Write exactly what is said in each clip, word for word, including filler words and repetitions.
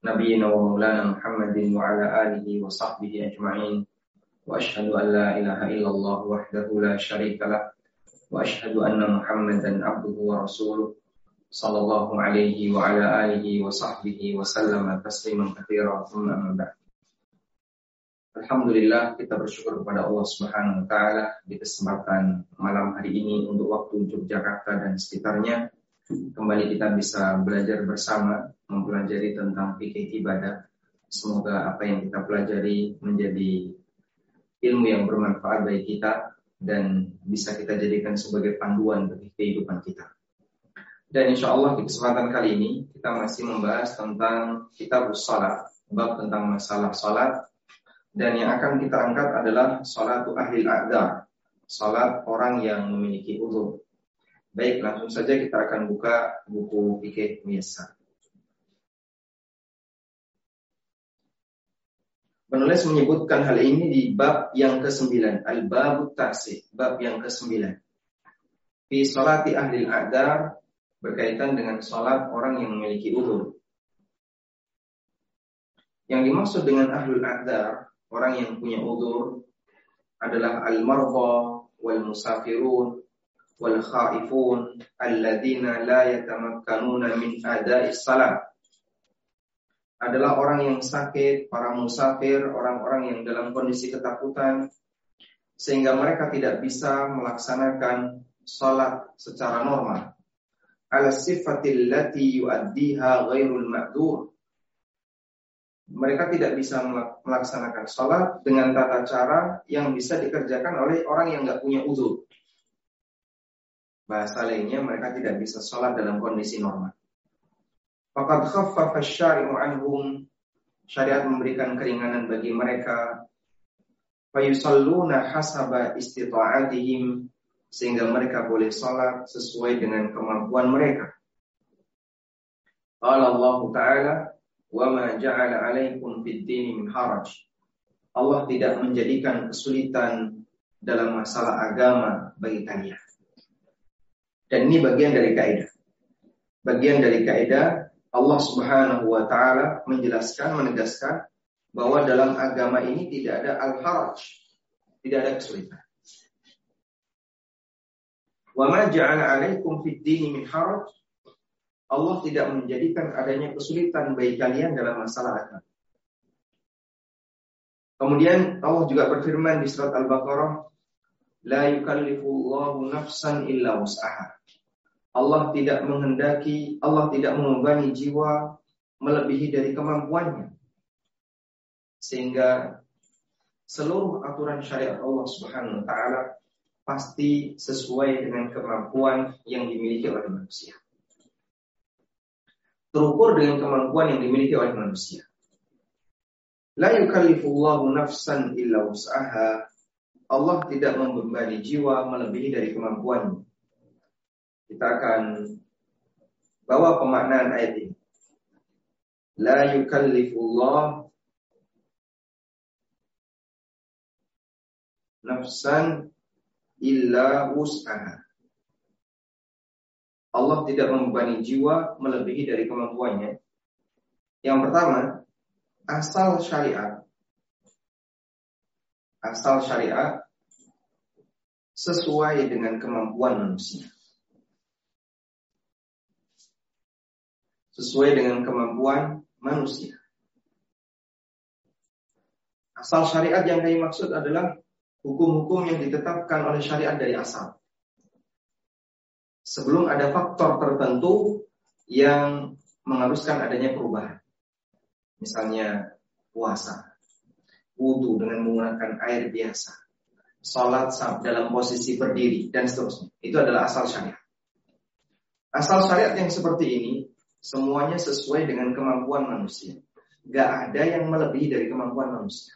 نبينا ومولانا محمد وعلى آله وصحبه أجمعين وأشهد أن لا إله إلا الله وحده لا شريك له وأشهد أن محمدا عبده ورسوله صلى الله عليه وعلى آله وصحبه وسلم تسليما كثيرا ثم أما بعد. Alhamdulillah, kita bersyukur kepada Allah Subhanahu wa taala di kesempatan malam hari ini untuk waktu Yogyakarta dan sekitarnya. Kembali kita bisa belajar bersama mempelajari tentang fikih ibadah. Semoga apa yang kita pelajari menjadi ilmu yang bermanfaat bagi kita dan bisa kita jadikan sebagai panduan bagi kehidupan kita. Dan insya Allah di kesempatan kali ini kita masih membahas tentang kitab shalat, bab tentang masalah salat. Dan yang akan kita angkat adalah salatu ahlil a'dzar, salat orang yang memiliki uzur. Baik, langsung saja kita akan buka buku fikih biasa. Penulis menyebutkan hal ini di bab yang kesembilan, al-babut tasih, bab yang kesembilan. Fi salati ahlil a'dzar, berkaitan dengan salat orang yang memiliki uzur. Yang dimaksud dengan ahlul a'dzar, orang yang punya uzur, adalah al-marḍā wal musafirun wal khaifun alladzina la yatamakkanuna min ada'is salat. Adalah orang yang sakit, para musafir, orang-orang yang dalam kondisi ketakutan sehingga mereka tidak bisa melaksanakan salat secara normal. Ala sifatil lati yu'addiha ghairul ma'dzur. Mereka tidak bisa melaksanakan sholat dengan tata cara yang bisa dikerjakan oleh orang yang nggak punya uzur. Bahasa lainnya, mereka tidak bisa sholat dalam kondisi normal. Faqad khaffafa asy-syari'u 'anhum, syariat memberikan keringanan bagi mereka. Fa yusalluna hasaba istita'atihim, sehingga mereka boleh sholat sesuai dengan kemampuan mereka. Qala Allah Ta'ala, wa ma ja'ala 'alaikum fid-dini min haraj. Allah tidak menjadikan kesulitan dalam masalah agama bagi kalian. Dan ini bagian dari kaidah. Bagian dari kaidah Allah Subhanahu wa taala menjelaskan, menegaskan bahwa dalam agama ini tidak ada al-haraj, tidak ada kesulitan. Wa ma ja'ala 'alaikum fid-dini min haraj. Allah tidak menjadikan adanya kesulitan bagi kalian dalam masalah agama. Kemudian Allah juga berfirman di surat Al-Baqarah, la yukallifullahu nafsan illa wus'aha. Allah tidak menghendaki, Allah tidak membebani jiwa melebihi dari kemampuannya. Sehingga seluruh aturan syariat Allah Subhanahu wa taala pasti sesuai dengan kemampuan yang dimiliki oleh manusia. Terukur dengan kemampuan yang dimiliki oleh manusia. La yukallifullahu nafsan illa wus'aha. Allah tidak membebani jiwa melebihi dari kemampuannya. Kita akan bawa pemaknaan ayat ini. La yukallifullahu nafsan illa wus'aha. Allah tidak membebani jiwa melebihi dari kemampuannya. Yang pertama, asal syariat. Asal syariat sesuai dengan kemampuan manusia. Sesuai dengan kemampuan manusia. Asal syariat yang kami maksud adalah hukum-hukum yang ditetapkan oleh syariat dari asal. Sebelum ada faktor tertentu yang mengharuskan adanya perubahan. Misalnya puasa, wudu dengan menggunakan air biasa, salat dalam posisi berdiri, dan seterusnya. Itu adalah asal syariat. Asal syariat yang seperti ini semuanya sesuai dengan kemampuan manusia. Gak ada yang melebihi dari kemampuan manusia.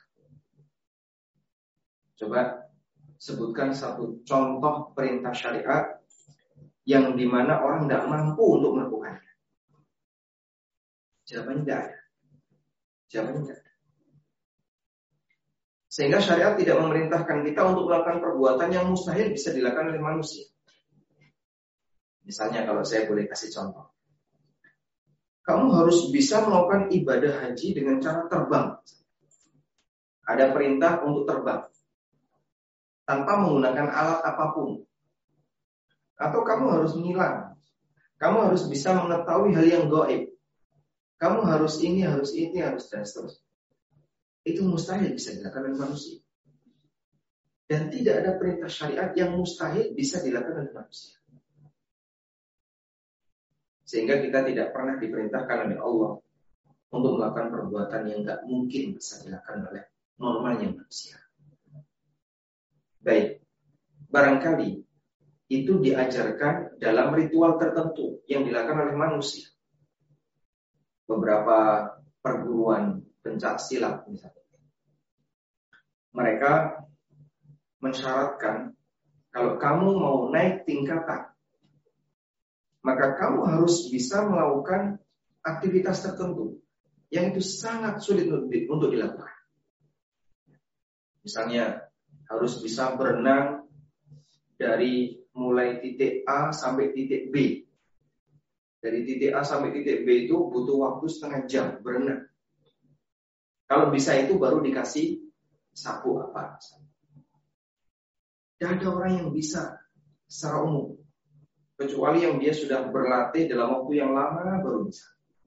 Coba sebutkan satu contoh perintah syariat yang dimana orang tidak mampu untuk melakukannya. Jawabannya tidak ada. Jawabannya tidak ada. Sehingga syariat tidak memerintahkan kita untuk melakukan perbuatan yang mustahil bisa dilakukan oleh manusia. Misalnya kalau saya boleh kasih contoh. kamu harus bisa melakukan ibadah haji dengan cara terbang. Ada perintah untuk terbang tanpa menggunakan alat apapun. Atau kamu harus menyilang. Kamu harus bisa mengetahui hal yang gaib. Kamu harus ini, harus ini, harus dan seterusnya. Itu mustahil bisa dilakukan oleh manusia. Dan tidak ada perintah syariat yang mustahil bisa dilakukan oleh manusia. Sehingga kita tidak pernah diperintahkan oleh Allah untuk melakukan perbuatan yang tidak mungkin bisa dilakukan oleh normalnya manusia. Baik, barangkali itu diajarkan dalam ritual tertentu yang dilakukan oleh manusia. Beberapa perguruan pencak silat misalnya, mereka mensyaratkan kalau kamu mau naik tingkatan, maka kamu harus bisa melakukan aktivitas tertentu yang itu sangat sulit untuk dilakukan. Misalnya harus bisa berenang dari mulai titik A sampai titik B. Dari titik A sampai titik B itu butuh waktu setengah jam berenang. Kalau bisa itu baru dikasih sapu apa. Tidak ada orang yang bisa secara umum, kecuali yang dia sudah berlatih dalam waktu yang lama baru bisa.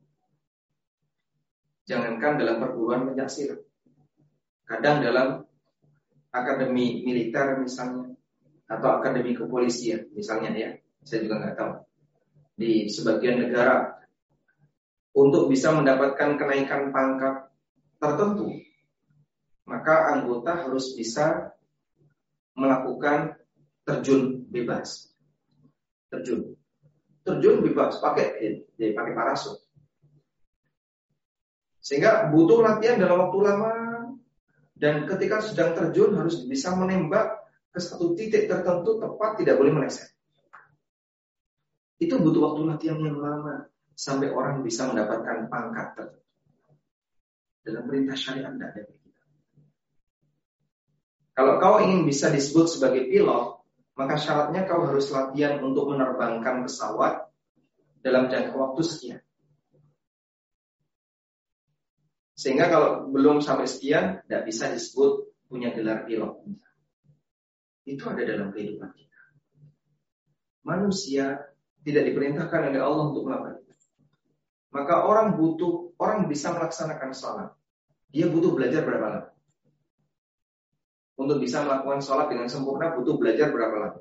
Jangankan dalam perguruan pencaksilat, kadang dalam akademi militer misalnya, atau akademi kepolisian misalnya ya, saya juga nggak tahu. Di sebagian negara, untuk bisa mendapatkan kenaikan pangkat tertentu, maka anggota harus bisa melakukan terjun bebas. Terjun, terjun bebas pakai jadi pakai parasut. Sehingga butuh latihan dalam waktu lama, dan ketika sedang terjun harus bisa menembak ke satu titik tertentu tepat, tidak boleh meleset. Itu butuh waktu latihan yang lama sampai orang bisa mendapatkan pangkat tertentu. Dalam perintah syariat tidak ada begitu. Kalau kau ingin bisa disebut sebagai pilot, maka syaratnya kau harus latihan untuk menerbangkan pesawat dalam jangka waktu sekian. Sehingga kalau belum sampai sekian, tidak bisa disebut punya gelar pilot. Itu ada dalam kehidupan kita. Manusia tidak diperintahkan oleh Allah untuk melakukan itu. Maka orang butuh, orang bisa melaksanakan sholat, dia butuh belajar berapa lama? Untuk bisa melakukan sholat dengan sempurna butuh belajar berapa lama?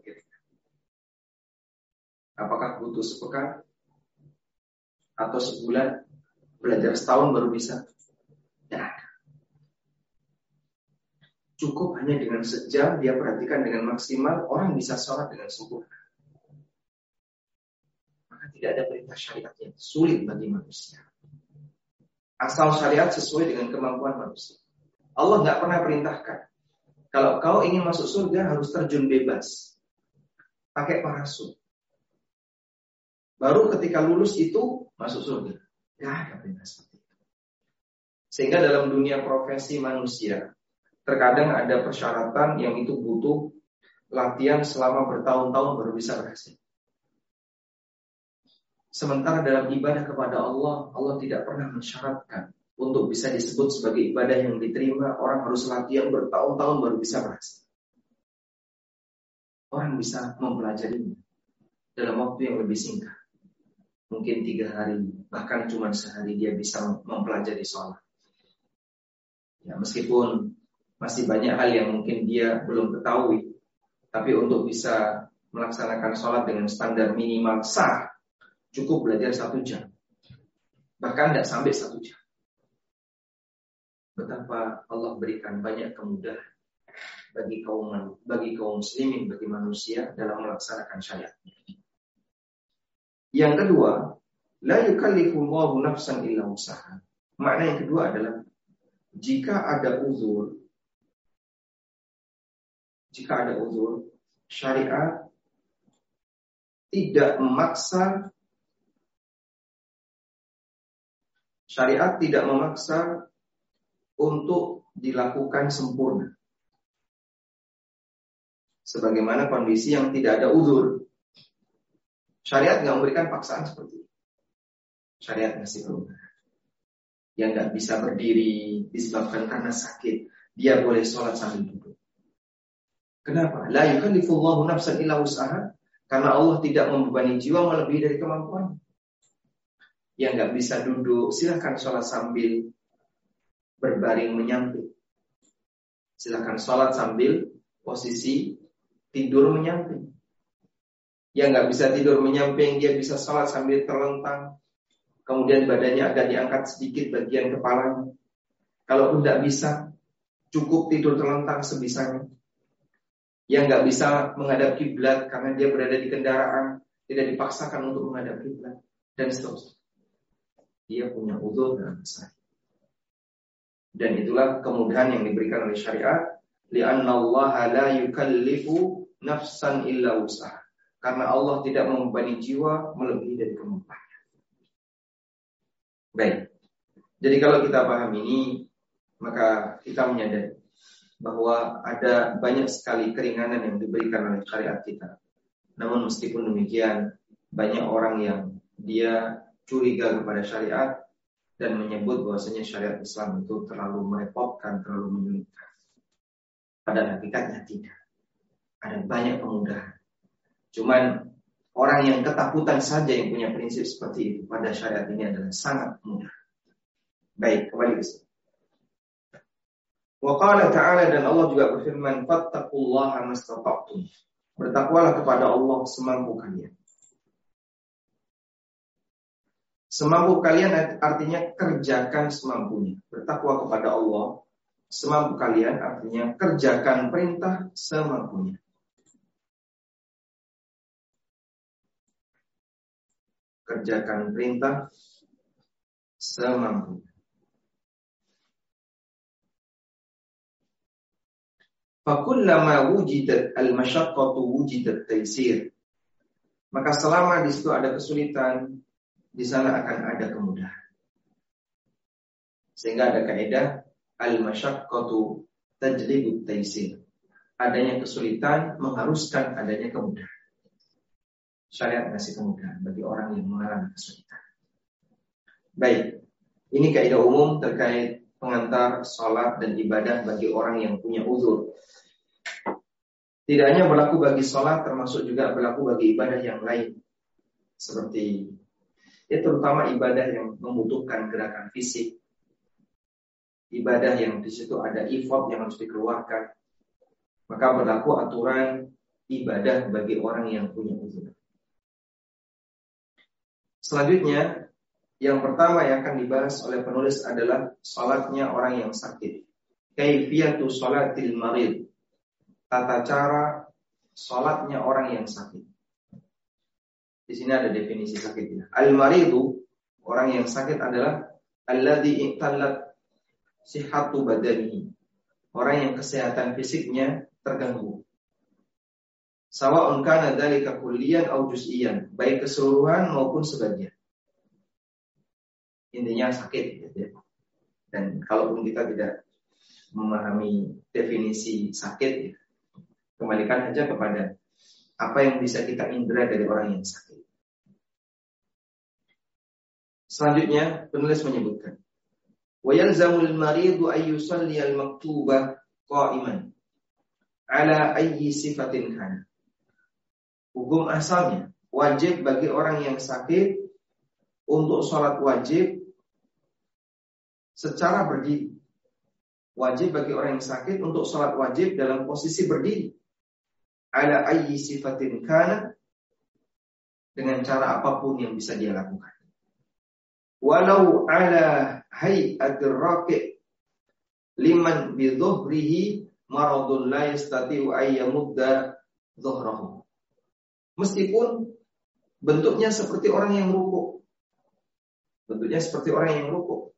Apakah butuh sepekan? Atau sebulan? Belajar setahun baru bisa? Tidak ada. Cukup hanya dengan sejam dia perhatikan dengan maksimal, orang bisa sholat dengan sempurna. Maka tidak ada perintah syariat yang sulit bagi manusia. Asal syariat sesuai dengan kemampuan manusia. Allah nggak pernah perintahkan, kalau kau ingin masuk surga harus terjun bebas, pakai parasut. Baru ketika lulus itu masuk surga. Tidak ada perintah seperti itu. Sehingga dalam dunia profesi manusia, terkadang ada persyaratan yang itu butuh latihan selama bertahun-tahun baru bisa berhasil. Sementara dalam ibadah kepada Allah, Allah tidak pernah mensyaratkan untuk bisa disebut sebagai ibadah yang diterima, orang harus latihan bertahun-tahun baru bisa berhasil. Orang bisa mempelajarinya dalam waktu yang lebih singkat. Mungkin tiga hari, bahkan cuma sehari dia bisa mempelajari sholat. Ya, meskipun masih banyak hal yang mungkin dia belum ketahui, tapi untuk bisa melaksanakan sholat dengan standar minimal sah, cukup belajar satu jam. Bahkan tidak sampai satu jam. Betapa Allah berikan banyak kemudahan bagi kaum bagi kaum muslimin, bagi manusia dalam melaksanakan syariat. Yang kedua, la yukallifullahu nafsan illa wus'aha. Makna yang kedua adalah jika ada uzur, jika ada uzur, syariat tidak memaksa, syariat tidak memaksa untuk dilakukan sempurna. Sebagaimana kondisi yang tidak ada uzur, syariat nggak memberikan paksaan seperti itu. Syariat ngasih kemudahan. Yang nggak bisa berdiri disebabkan karena sakit, dia boleh sholat sambil duduk. Kenapa? La yukallifullahu nafsan illa wus'aha. Karena Allah tidak membebani jiwa melebihi dari kemampuan. Yang nggak bisa duduk, silahkan sholat sambil berbaring menyamping. Silahkan sholat sambil posisi tidur menyamping. Yang nggak bisa tidur menyamping, dia bisa sholat sambil terlentang. Kemudian badannya agak diangkat sedikit bagian kepalanya. Kalau tidak bisa, cukup tidur terlentang sebisanya. Yang nggak bisa menghadap kiblat karena dia berada di kendaraan, tidak dipaksakan untuk menghadap kiblat, dan seterusnya. Dia punya uzur dalam besar. Dan itulah kemudahan yang diberikan oleh syariat. Li'annallaha la yukallifu nafsan illa wus'aha. Karena Allah tidak membebani jiwa melebihi dari kemampuannya. Baik. Jadi kalau kita paham ini, maka kita menyadari bahwa ada banyak sekali keringanan yang diberikan oleh syariat kita. Namun meskipun demikian, banyak orang yang dia curiga kepada syariat dan menyebut bahwasanya syariat Islam itu terlalu merepotkan, terlalu menyulitkan. Pada hakikatnya tidak. Ada banyak kemudahan. Cuman orang yang ketakutan saja yang punya prinsip seperti itu pada syariat ini adalah sangat mudah. Baik, kembali ke sini. Wa qala ta'ala, dan Allah juga berfirman, fattaqullaha mastata'tum. Bertakwalah kepada Allah semampu kalian. Semampu kalian artinya kerjakan semampunya. Bertakwa kepada Allah semampu kalian artinya kerjakan perintah semampunya. Kerjakan perintah semampunya. Fakullama wujidat al-masyaqqatu wujidat taysir. Maka selama di situ ada kesulitan, di sana akan ada kemudahan. Sehingga ada kaidah al-masyaqqatu tajlibu taysir. Adanya kesulitan mengharuskan adanya kemudahan. Syariat ngasih kemudahan bagi orang yang mengalami kesulitan. Baik, ini kaidah umum terkait pengantar sholat dan ibadah bagi orang yang punya uzur. Tidak hanya berlaku bagi sholat, termasuk juga berlaku bagi ibadah yang lain. Seperti, ya terutama ibadah yang membutuhkan gerakan fisik. Ibadah yang di situ ada effort yang harus dikeluarkan. Maka berlaku aturan ibadah bagi orang yang punya uzur. Selanjutnya, yang pertama yang akan dibahas oleh penulis adalah salatnya orang yang sakit. Kaifiyatu salatil marid. Tata cara salatnya orang yang sakit. Di sini ada definisi sakitnya. Al-maridu, orang yang sakit adalah alladzi intallat sihhatu badanihi. Orang yang kesehatan fisiknya terganggu. Sawa'un kana dzalika kulliyan aw juz'iyan, baik keseluruhan maupun sebagian. Intinya sakit gitu ya. Dan kalaupun kita tidak memahami definisi sakit ya, kembalikan saja kepada apa yang bisa kita indera dari orang yang sakit. Selanjutnya penulis menyebutkan wa yalzamul maridu ay yusalli al-maktuba qa'iman ala ayyi sifatin kana. Hukum asalnya wajib bagi orang yang sakit untuk sholat wajib secara berdiri. Wajib bagi orang yang sakit untuk sholat wajib dalam posisi berdiri. Ala ayyi sifatin kana, dengan cara apapun yang bisa dia lakukan. Walau ala hay'atir raqi' liman bi dhuhrihi maradun la yastati'u ay yamudda dhuhrahu. Meskipun bentuknya seperti orang yang rukuk. Bentuknya seperti orang yang rukuk.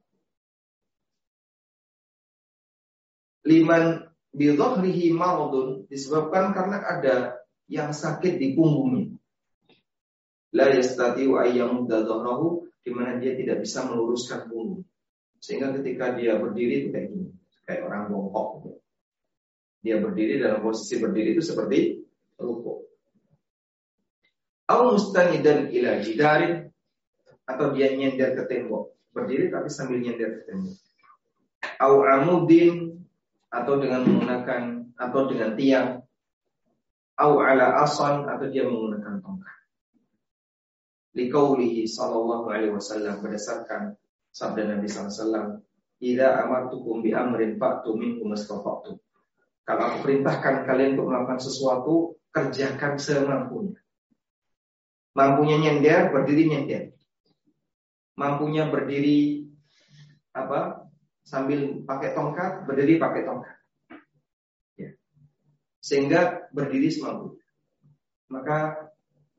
Liman bi dhuhrihi maradun, disebabkan karena ada yang sakit di punggungnya. La yastati'u ay yamudda dhuhrahu, di mana dia tidak bisa meluruskan punggung. Sehingga ketika dia berdiri itu kayak gini, kayak orang bongkok. Dia berdiri dalam posisi berdiri itu seperti rukuk. Au mustanidan ila jidarin, atau dia nyender ke tembok, berdiri tapi sambil nyender ke tembok. Au amudin, atau dengan menggunakan atau dengan tiang. Au ala asan, atau dia menggunakan tongkat. Liqaulihi sallallahu alaihi wasallam, berdasarkan sabda Nabi sallallahu alaihi wasallam, "Idza amartukum bi amrin fa'tu minhu mastata'tum." Kalau aku perintahkan kalian untuk melakukan sesuatu, kerjakan semampunya. Mampunya nyender, berdiri nyender. Mampunya berdiri apa? Sambil pakai tongkat, berdiri pakai tongkat. Ya. Sehingga berdiri semampunya. Maka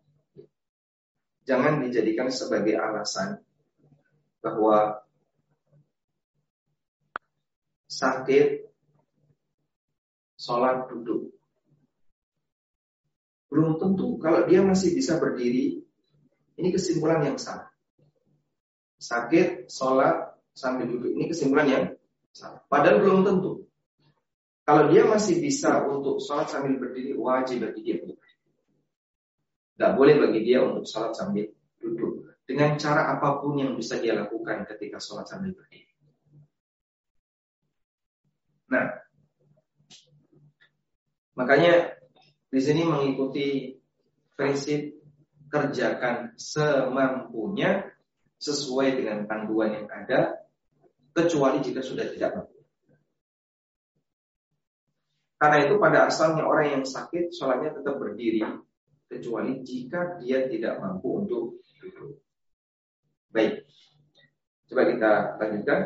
jangan dijadikan sebagai alasan bahwa sakit sholat duduk. Belum tentu kalau dia masih bisa berdiri. Ini kesimpulan yang salah. Sakit sholat sambil duduk, ini kesimpulan yang salah. Padahal belum tentu. Kalau dia masih bisa untuk sholat sambil berdiri, wajib bagi dia untuk berdiri. Tidak boleh bagi dia untuk sholat sambil duduk dengan cara apapun yang bisa dia lakukan ketika sholat sambil berdiri. Nah, makanya di sini mengikuti prinsip kerjakan semampunya sesuai dengan panduan yang ada, kecuali jika sudah tidak mampu. Karena itu pada asalnya orang yang sakit sholatnya tetap berdiri, kecuali jika dia tidak mampu untuk duduk. Baik, coba kita lanjutkan.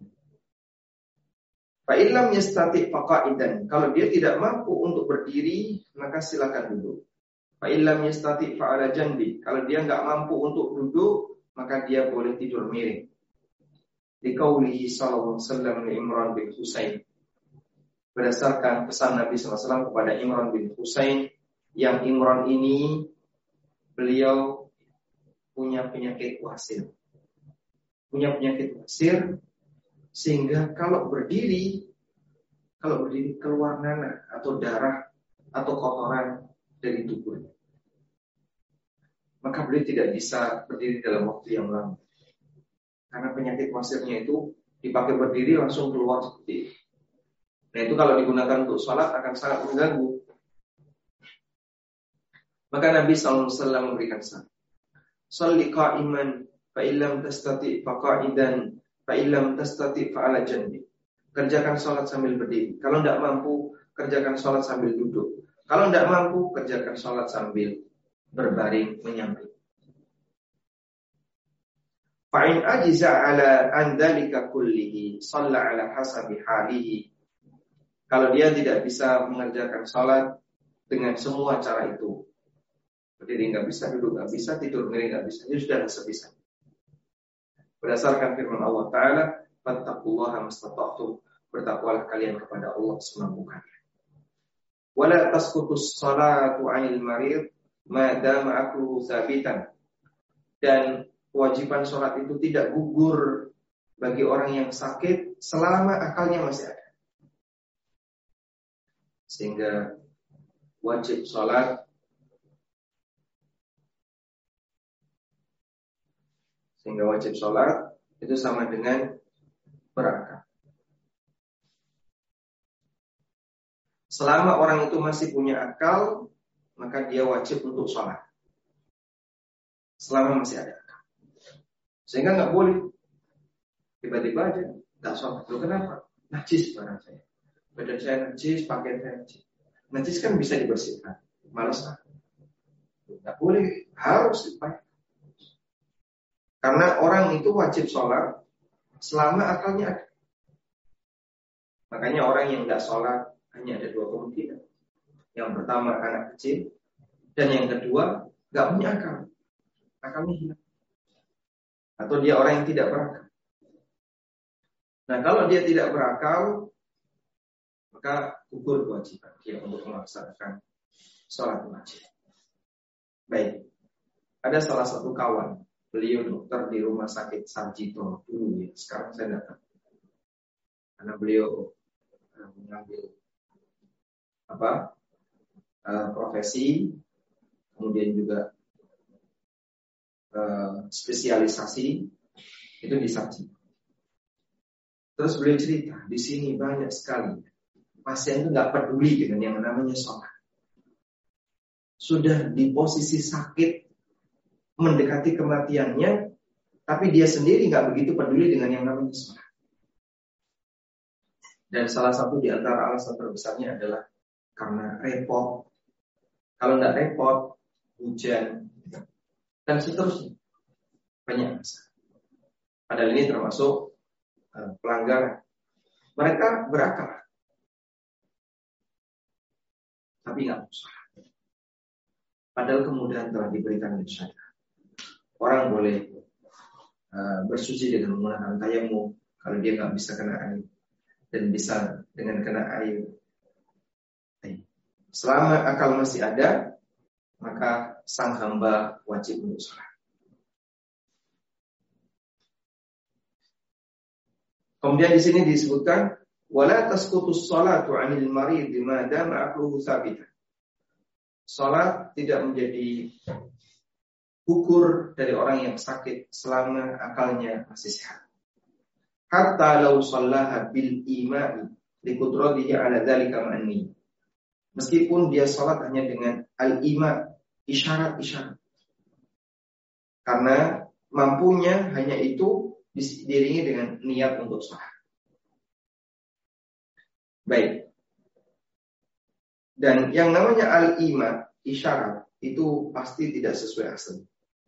Fa illam yastati' faqa'idan. Kalau dia tidak mampu untuk berdiri, maka silakan duduk. Fa illam yastati' fa'ala janbi. Kalau dia enggak mampu untuk duduk, maka dia boleh tidur miring. Liqaulihi sallallahu alaihi wasallam li Imran bin Husain. Berdasarkan pesan Nabi sallallahu alaihi wasallam kepada Imran bin Husain, yang Imran ini beliau punya penyakit wasir. Punya penyakit wasir sehingga kalau berdiri kalau berdiri keluar nanah atau darah atau kotoran dari tubuhnya. Maka beliau tidak bisa berdiri dalam waktu yang lama. Karena penyakit wasirnya itu dipakai berdiri langsung keluar seperti itu. Nah itu kalau digunakan untuk sholat akan sangat mengganggu. Maka Nabi sallallahu alaihi wasallam memberikan saran. Sholli qa'iman fa illam tastati' fa qa'idan fa illam tastati' fa 'ala janbi. Kerjakan sholat sambil berdiri. Kalau tidak mampu, kerjakan sholat sambil duduk. Kalau tidak mampu, kerjakan sholat sambil berbaring menyamping. Fa'in ajiza ala andalika kullihi shalla ala hasabi halihi. Kalau dia tidak bisa mengerjakan sholat dengan semua cara itu, berdiri nggak bisa, duduk nggak bisa, tidur miring nggak bisa, ini sudah sebisa. Berdasarkan firman Allah Taala, fattaqullaha mastata'tum, bertakwalah kalian kepada Allah semampu kalian. Wala tasqutus salatu 'anil marid ma dama akluhu tsabitan. Dan kewajiban sholat itu tidak gugur bagi orang yang sakit selama akalnya masih ada. Sehingga wajib sholat Sehingga wajib sholat itu sama dengan berakal. Selama orang itu masih punya akal, maka dia wajib untuk sholat. Selama masih ada akal. Sehingga nggak boleh tiba-tiba aja nggak sholat. Loh kenapa? Najis barang saya. Badan saya najis, pakaian saya najis. Najis kan bisa dibersihkan. Malas aku. Nggak boleh, harus dipakai. Karena orang itu wajib sholat selama akalnya ada. Makanya orang yang nggak sholat hanya ada dua kemungkinan. Yang pertama anak kecil, dan yang kedua nggak punya akal, akalnya hilang. Atau dia orang yang tidak berakal. Nah kalau dia tidak berakal, maka gugur kewajiban dia untuk melaksanakan sholat wajib. Baik, ada salah satu kawan, beliau dokter di rumah sakit Sarjito dulu ya. Sekarang saya datang karena beliau uh, mengambil apa uh, profesi, kemudian juga uh, spesialisasi itu di Sarjito. Terus beliau cerita, di sini banyak sekali pasien itu nggak peduli dengan yang namanya sholat. Sudah di posisi sakit, mendekati kematiannya, tapi dia sendiri nggak begitu peduli dengan yang namanya sholat. Dan salah satu di antara alasan terbesarnya adalah karena repot. Kalau nggak repot, hujan, dan seterusnya. Banyak masalah. Padahal ini termasuk uh, pelanggaran. Mereka berakal, tapi nggak usah. Padahal kemudahan telah diberikan oleh syariat. Orang boleh uh, bersuci dengan menggunakan tayamum kalau dia nggak bisa kena air, dan bisa dengan kena air. Selama akal masih ada, maka sang hamba wajib untuk sholat. Kemudian di sini disebutkan wala tasqutus sholatu 'anil marid ma dama aqluhu tsabitan. Salat tidak menjadi gugur dari orang yang sakit selama akalnya masih sehat. Hatta law shallaha bil imani liqudratihi 'ala dzalika ma'ni. Meskipun dia salat hanya dengan al-ima, isyarat-isyarat. Karena mampunya hanya itu diiringi dengan niat untuk salat. Baik. Dan yang namanya al-ima, isyarat, itu pasti tidak sesuai asal.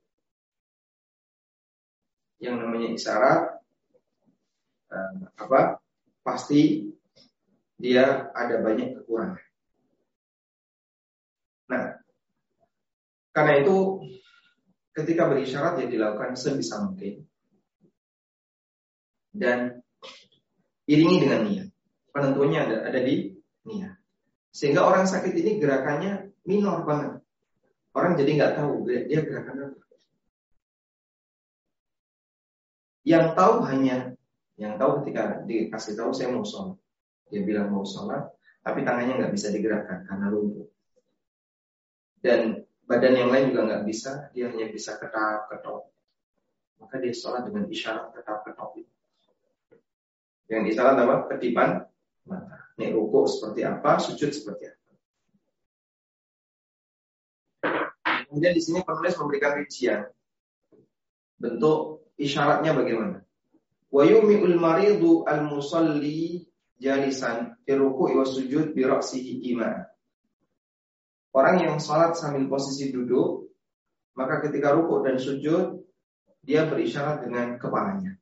Yang namanya isyarat eh, apa? Pasti dia ada banyak kekurangan. Nah, karena itu ketika berisyarat ya dilakukan sebisa mungkin dan iringi dengan niat. Penentuannya ada ada di niat. Sehingga orang sakit ini gerakannya minor banget. Orang jadi nggak tahu dia gerakan apa. Yang tahu hanya yang tahu ketika dikasih tahu saya mau sholat, dia bilang mau sholat, tapi tangannya nggak bisa digerakkan karena lumpuh. Dan badan yang lain juga nggak bisa, dia hanya bisa ketap-ketop. Maka dia sholat dengan isyarat ketap-ketop. Yang isyarat apa? Kedipan mata. Nih rukuk seperti apa, sujud seperti apa. Kemudian di sini penulis memberikan rincian bentuk isyaratnya bagaimana. Wa yumi'ul maridu al-musalli jalisan fi ruku'i was sujud bi ra'sihi iman. Orang yang salat sambil posisi duduk, maka ketika rukuk dan sujud dia berisyarat dengan kepalanya.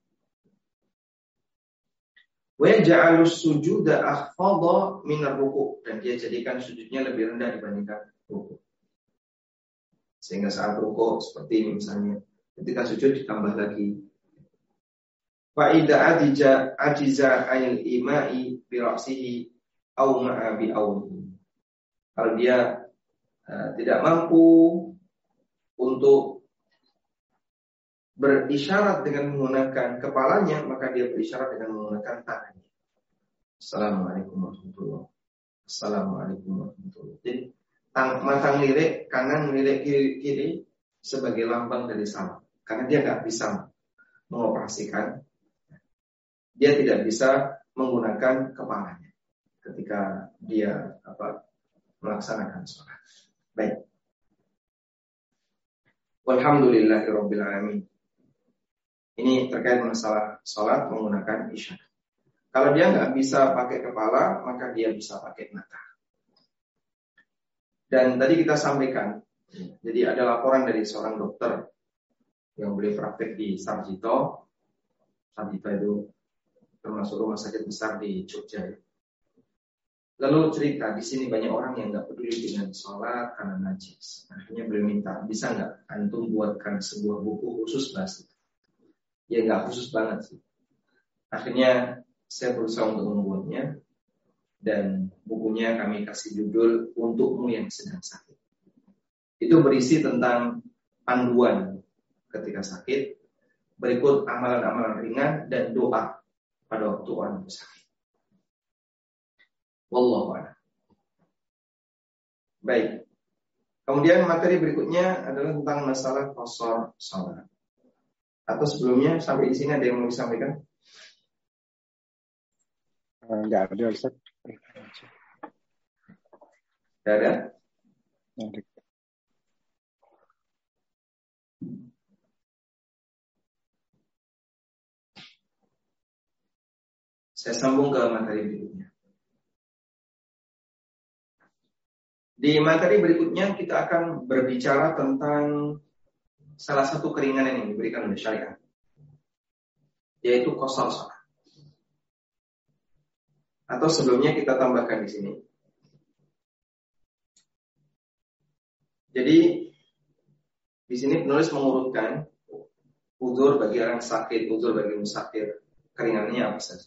Wa yaj'alu sujuda akhfadha min ar-ruku', dan dia jadikan sujudnya lebih rendah dibandingkan rukuk. Sehingga saat rukuk seperti ini misalnya, ketika sujud ditambah lagi. Fa idza adija ajiza anil ima'i bi ra'sihi aw ma'a bi awni. Kalau dia uh, tidak mampu untuk berisyarat dengan menggunakan kepalanya, maka dia berisyarat dengan menggunakan tangannya. Assalamualaikum warahmatullahi wabarakatuh. Assalamualaikum warahmatullahi wabarakatuh. Jadi tang, mata ngelirik kanan, ngelirik kiri, kiri sebagai lambang dari salam. Karena dia nggak bisa mengoperasikan, dia tidak bisa menggunakan kepalanya ketika dia apa melaksanakan sholat. Baik. Walhamdulillahirabbil alamin. Ini terkait masalah sholat menggunakan isyarat. Kalau dia nggak bisa pakai kepala, maka dia bisa pakai mata. Dan tadi kita sampaikan, jadi ada laporan dari seorang dokter yang beliau praktek di Sarjito. Sarjito itu termasuk rumah sakit besar di Jogja. Lalu cerita di sini banyak orang yang nggak peduli dengan sholat karena najis. Akhirnya beliau minta, bisa nggak antum buatkan sebuah buku khusus bahas itu? Ya nggak khusus banget sih. Akhirnya saya berusaha untuk membuatnya. Dan bukunya kami kasih judul Untukmu yang sedang sakit. Itu berisi tentang panduan ketika sakit, berikut amalan-amalan ringan dan doa pada waktu orang sakit. Wallahu a'lam. Baik. Kemudian materi berikutnya adalah tentang masalah qasar salat. Atau sebelumnya sampai di sini ada yang mau disampaikan? Enggak ada, Ustaz. Tidak ada? Tidak. Saya sambung ke materi berikutnya. Di materi berikutnya kita akan berbicara tentang salah satu keringanan yang diberikan oleh syariat, yaitu qasar salat. Atau sebelumnya kita tambahkan di sini. Jadi di sini penulis mengurutkan uzur bagi orang sakit, uzur bagi musafir, keringanannya apa saja.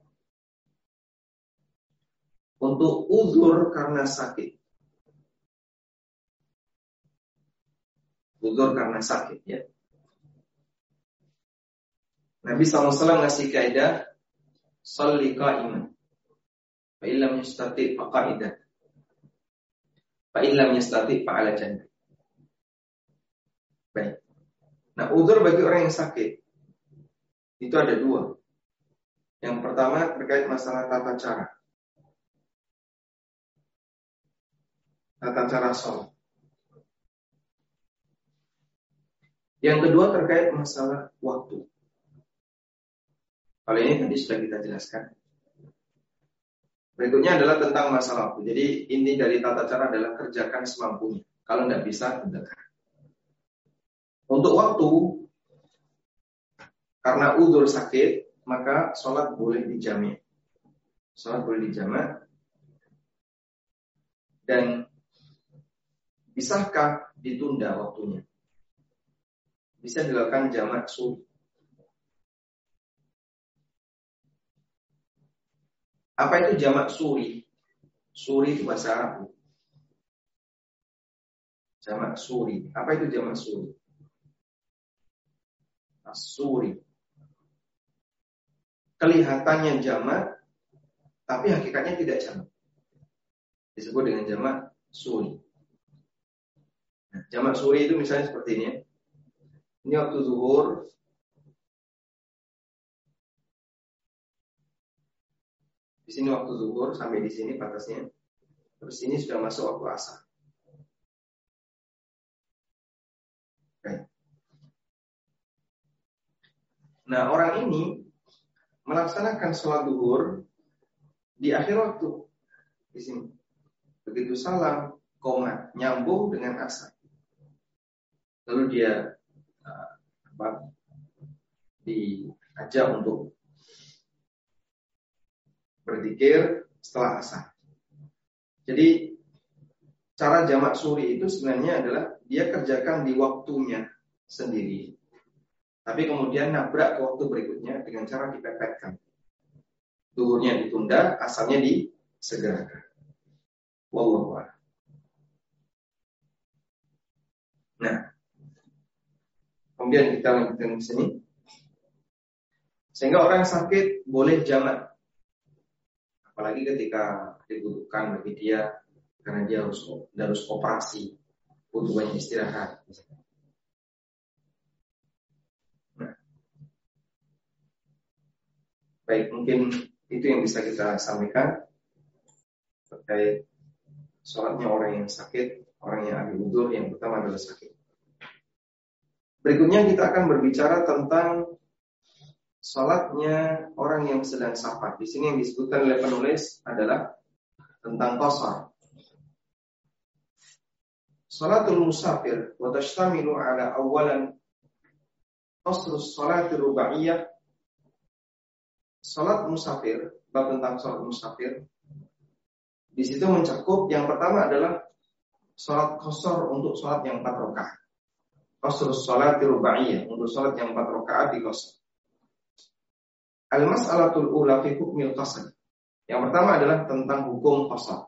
Untuk uzur karena sakit, uzur karena sakit ya. Nabi shallallahu alaihi wasallam ngasih kaidah sholli qa'iman fa illam yastati' fa qa'idan fa illam yastati' fa 'ala janbi. Baik. Nah, uzur bagi orang yang sakit itu ada dua. Yang pertama terkait masalah tata cara. Tata cara sholat. Yang kedua terkait masalah waktu. Kalau ini tadi sudah kita jelaskan. Berikutnya adalah tentang masalah waktu. Jadi inti dari tata cara adalah kerjakan semampunya. Kalau tidak bisa, tinggalkan. Untuk waktu, karena uzur sakit, maka sholat boleh dijamak. Sholat boleh dijamak. Dan bisakah ditunda waktunya? Bisa dilakukan jamak suri. Apa itu jamak suri? Suri itu bahasa Arab. Jamak suri. Apa itu jamak suri? As-suri. Kelihatannya jamak, tapi hakikatnya tidak jamak. Disebut dengan jamak suri. Nah, jamak suri itu misalnya seperti ini. Ini waktu zuhur. Di sini waktu zuhur sampai di sini batasnya. Terus ini sudah masuk waktu asar. Oke. Nah, orang ini melaksanakan sholat zuhur di akhir waktu. Di sini. Begitu salam, koma, nyambung dengan asar. Lalu dia uh, apa, diajak untuk berzikir setelah asar. Jadi cara jamak suri itu sebenarnya adalah dia kerjakan di waktunya sendiri. Tapi kemudian nabrak ke waktu berikutnya dengan cara dipepetkan. Zuhurnya ditunda, asarnya disegerakan. Wallahu a'lam. Nah, kemudian kita lanjutkan di sini. Sehingga orang sakit boleh jamak. Apalagi ketika dibutuhkan bagi dia karena dia harus harus operasi, butuh banyak istirahat. Nah, baik, mungkin itu yang bisa kita sampaikan terkait sholatnya orang yang sakit, orang yang ada uzur. Yang pertama adalah sakit. Berikutnya kita akan berbicara tentang sholatnya orang yang sedang safar. Di sini yang disebutkan oleh penulis adalah tentang qasar. Sholatul musafir wa tashtamilu ala awalan qasrus sholatir rubaiyah. Sholat musafir, bab tentang sholat musafir. Di situ mencakup yang pertama adalah sholat qasar untuk sholat yang empat rakaat. Qasrus sholatir rubaiyah, untuk sholat yang empat rakaat di qasar. Al-mas'alatul ula fi hukmil qasar. Yang pertama adalah tentang hukum qasar.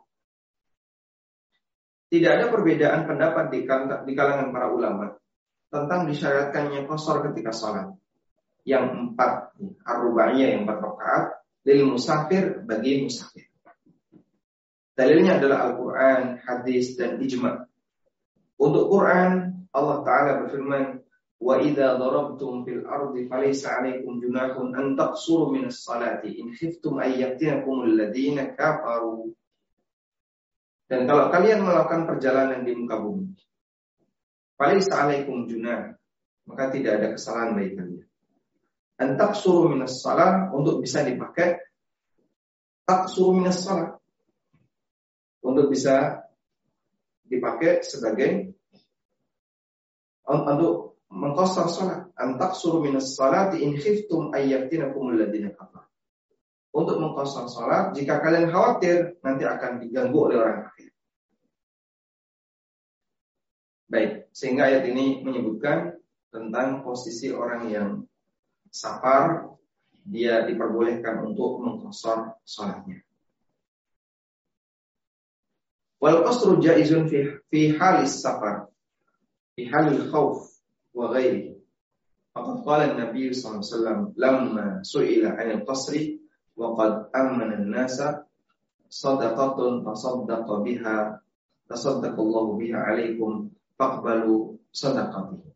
Tidak ada perbedaan pendapat di kalangan para ulama tentang disyariatkannya qasar ketika salat. Yang empat ar-rubaiyah, yang empat rakaat lil musafir, bagi musafir. Dalilnya adalah Al-Qur'an, hadis dan ijma'. Untuk Quran, Allah Ta'ala berfirman, wa idza darabtum fil ardi falaysa 'alaikum junahun an taqsuru minas salati in khiftum ay yaftinakumul ladzina kafaru. Dan kalau kalian melakukan perjalanan di muka bumi, falaysa 'alaikum junah, maka tidak ada kesalahan bagi kalian. An taqsuru minas salat, untuk bisa dipakai taqsuru minas salat, untuk bisa dipakai sebagai untuk mengqasar salat. Antak suruh minas salati in khiftum ayyaftinakumul ladzina kafar. Untuk mengqasar salat jika kalian khawatir nanti akan diganggu oleh orang kafir. Baik, sehingga ayat ini menyebutkan tentang posisi orang yang safar, dia diperbolehkan untuk mengqasar salatnya. Wal qasru jaizun fi fi halis safar, fi halil khauf wa ghairihi. Faqad qala an-nabiy sallallahu alaihi wasallam lamma su'ila 'anil qasri wa qad amana an-nasa sadaqatun tasaddaqa biha tasaddaqallahu biha 'alaikum faqbalu sadaqatihi.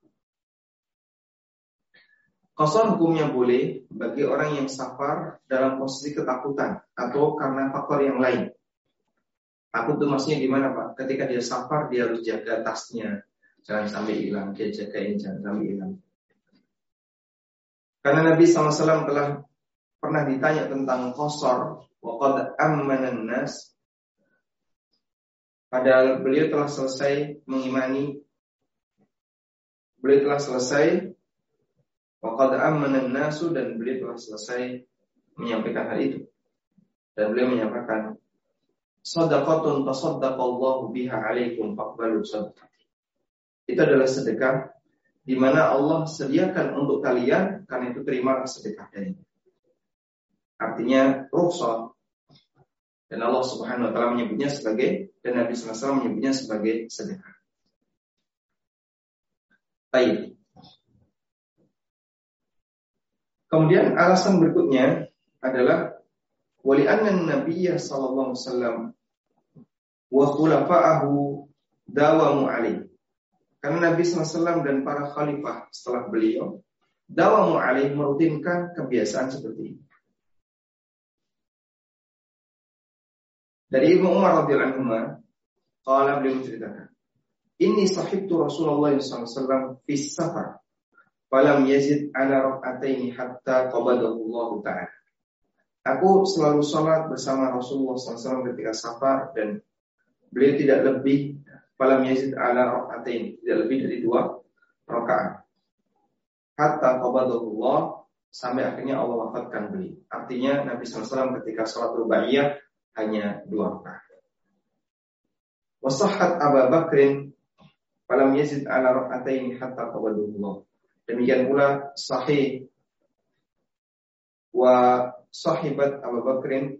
Qasar hukumnya boleh bagi orang yang safar dalam posisi ketakutan atau karena faktor yang lain. Takut itu maksudnya gimana Pak? Ketika dia safar dia harus jaga tasnya, jangan sampai hilang, dia jagain jangan sampai hilang. Karena Nabi sallallahu alaihi wasallam telah pernah ditanya tentang qasar, wa qad amana an-nas, padahal beliau telah selesai mengimani, beliau telah selesai wa qad amana an-nasu, dan beliau telah selesai menyampaikan hal itu. Dan beliau menyampaikan sadaqatun tasaddaqallahu biha 'alaikum faqbalu sadaqati. Itu adalah sedekah di mana Allah sediakan untuk kalian, karena itu terimalah sedekah darinya. Artinya rukhsah. Dan Allah Subhanahu wa taala menyebutnya sebagai, dan Nabi sallallahu alaihi wasallam menyebutnya sebagai sedekah. Baik. Kemudian alasan berikutnya adalah wali anna Nabiyya sallallahu alaihi wasallam wa khulafa'ahu dawamu alaihi. Karena Nabi sallallahu alaihi wasallam dan para khalifah setelah beliau dawamu alaihi, merutinkan kebiasaan seperti ini. Dari Ibnu Umar radhiyallahu anhu, qala, beliau menceritakan, inni sahibtu Rasulullah sallallahu alaihi wasallam fi safar, falam yazid ala rak'ataini hatta qabadahu Allah ta'ala. Aku selalu salat bersama Rasulullah sallallahu alaihi wasallam ketika safar, dan beliau tidak lebih, falam yazid ala rak'ataini, tidak lebih dari dua rakaat. Hatta qabadahu Allah, sampai akhirnya Allah wafatkan beliau. Artinya Nabi sallallahu alaihi wasallam ketika salat rubaiyah hanya dua rakaat. Wasahhat Abu Bakrin falam yazid ala rak'ataini hatta qabadahu Allah. Demikian pula sahih wa sahibat Abu Bakrin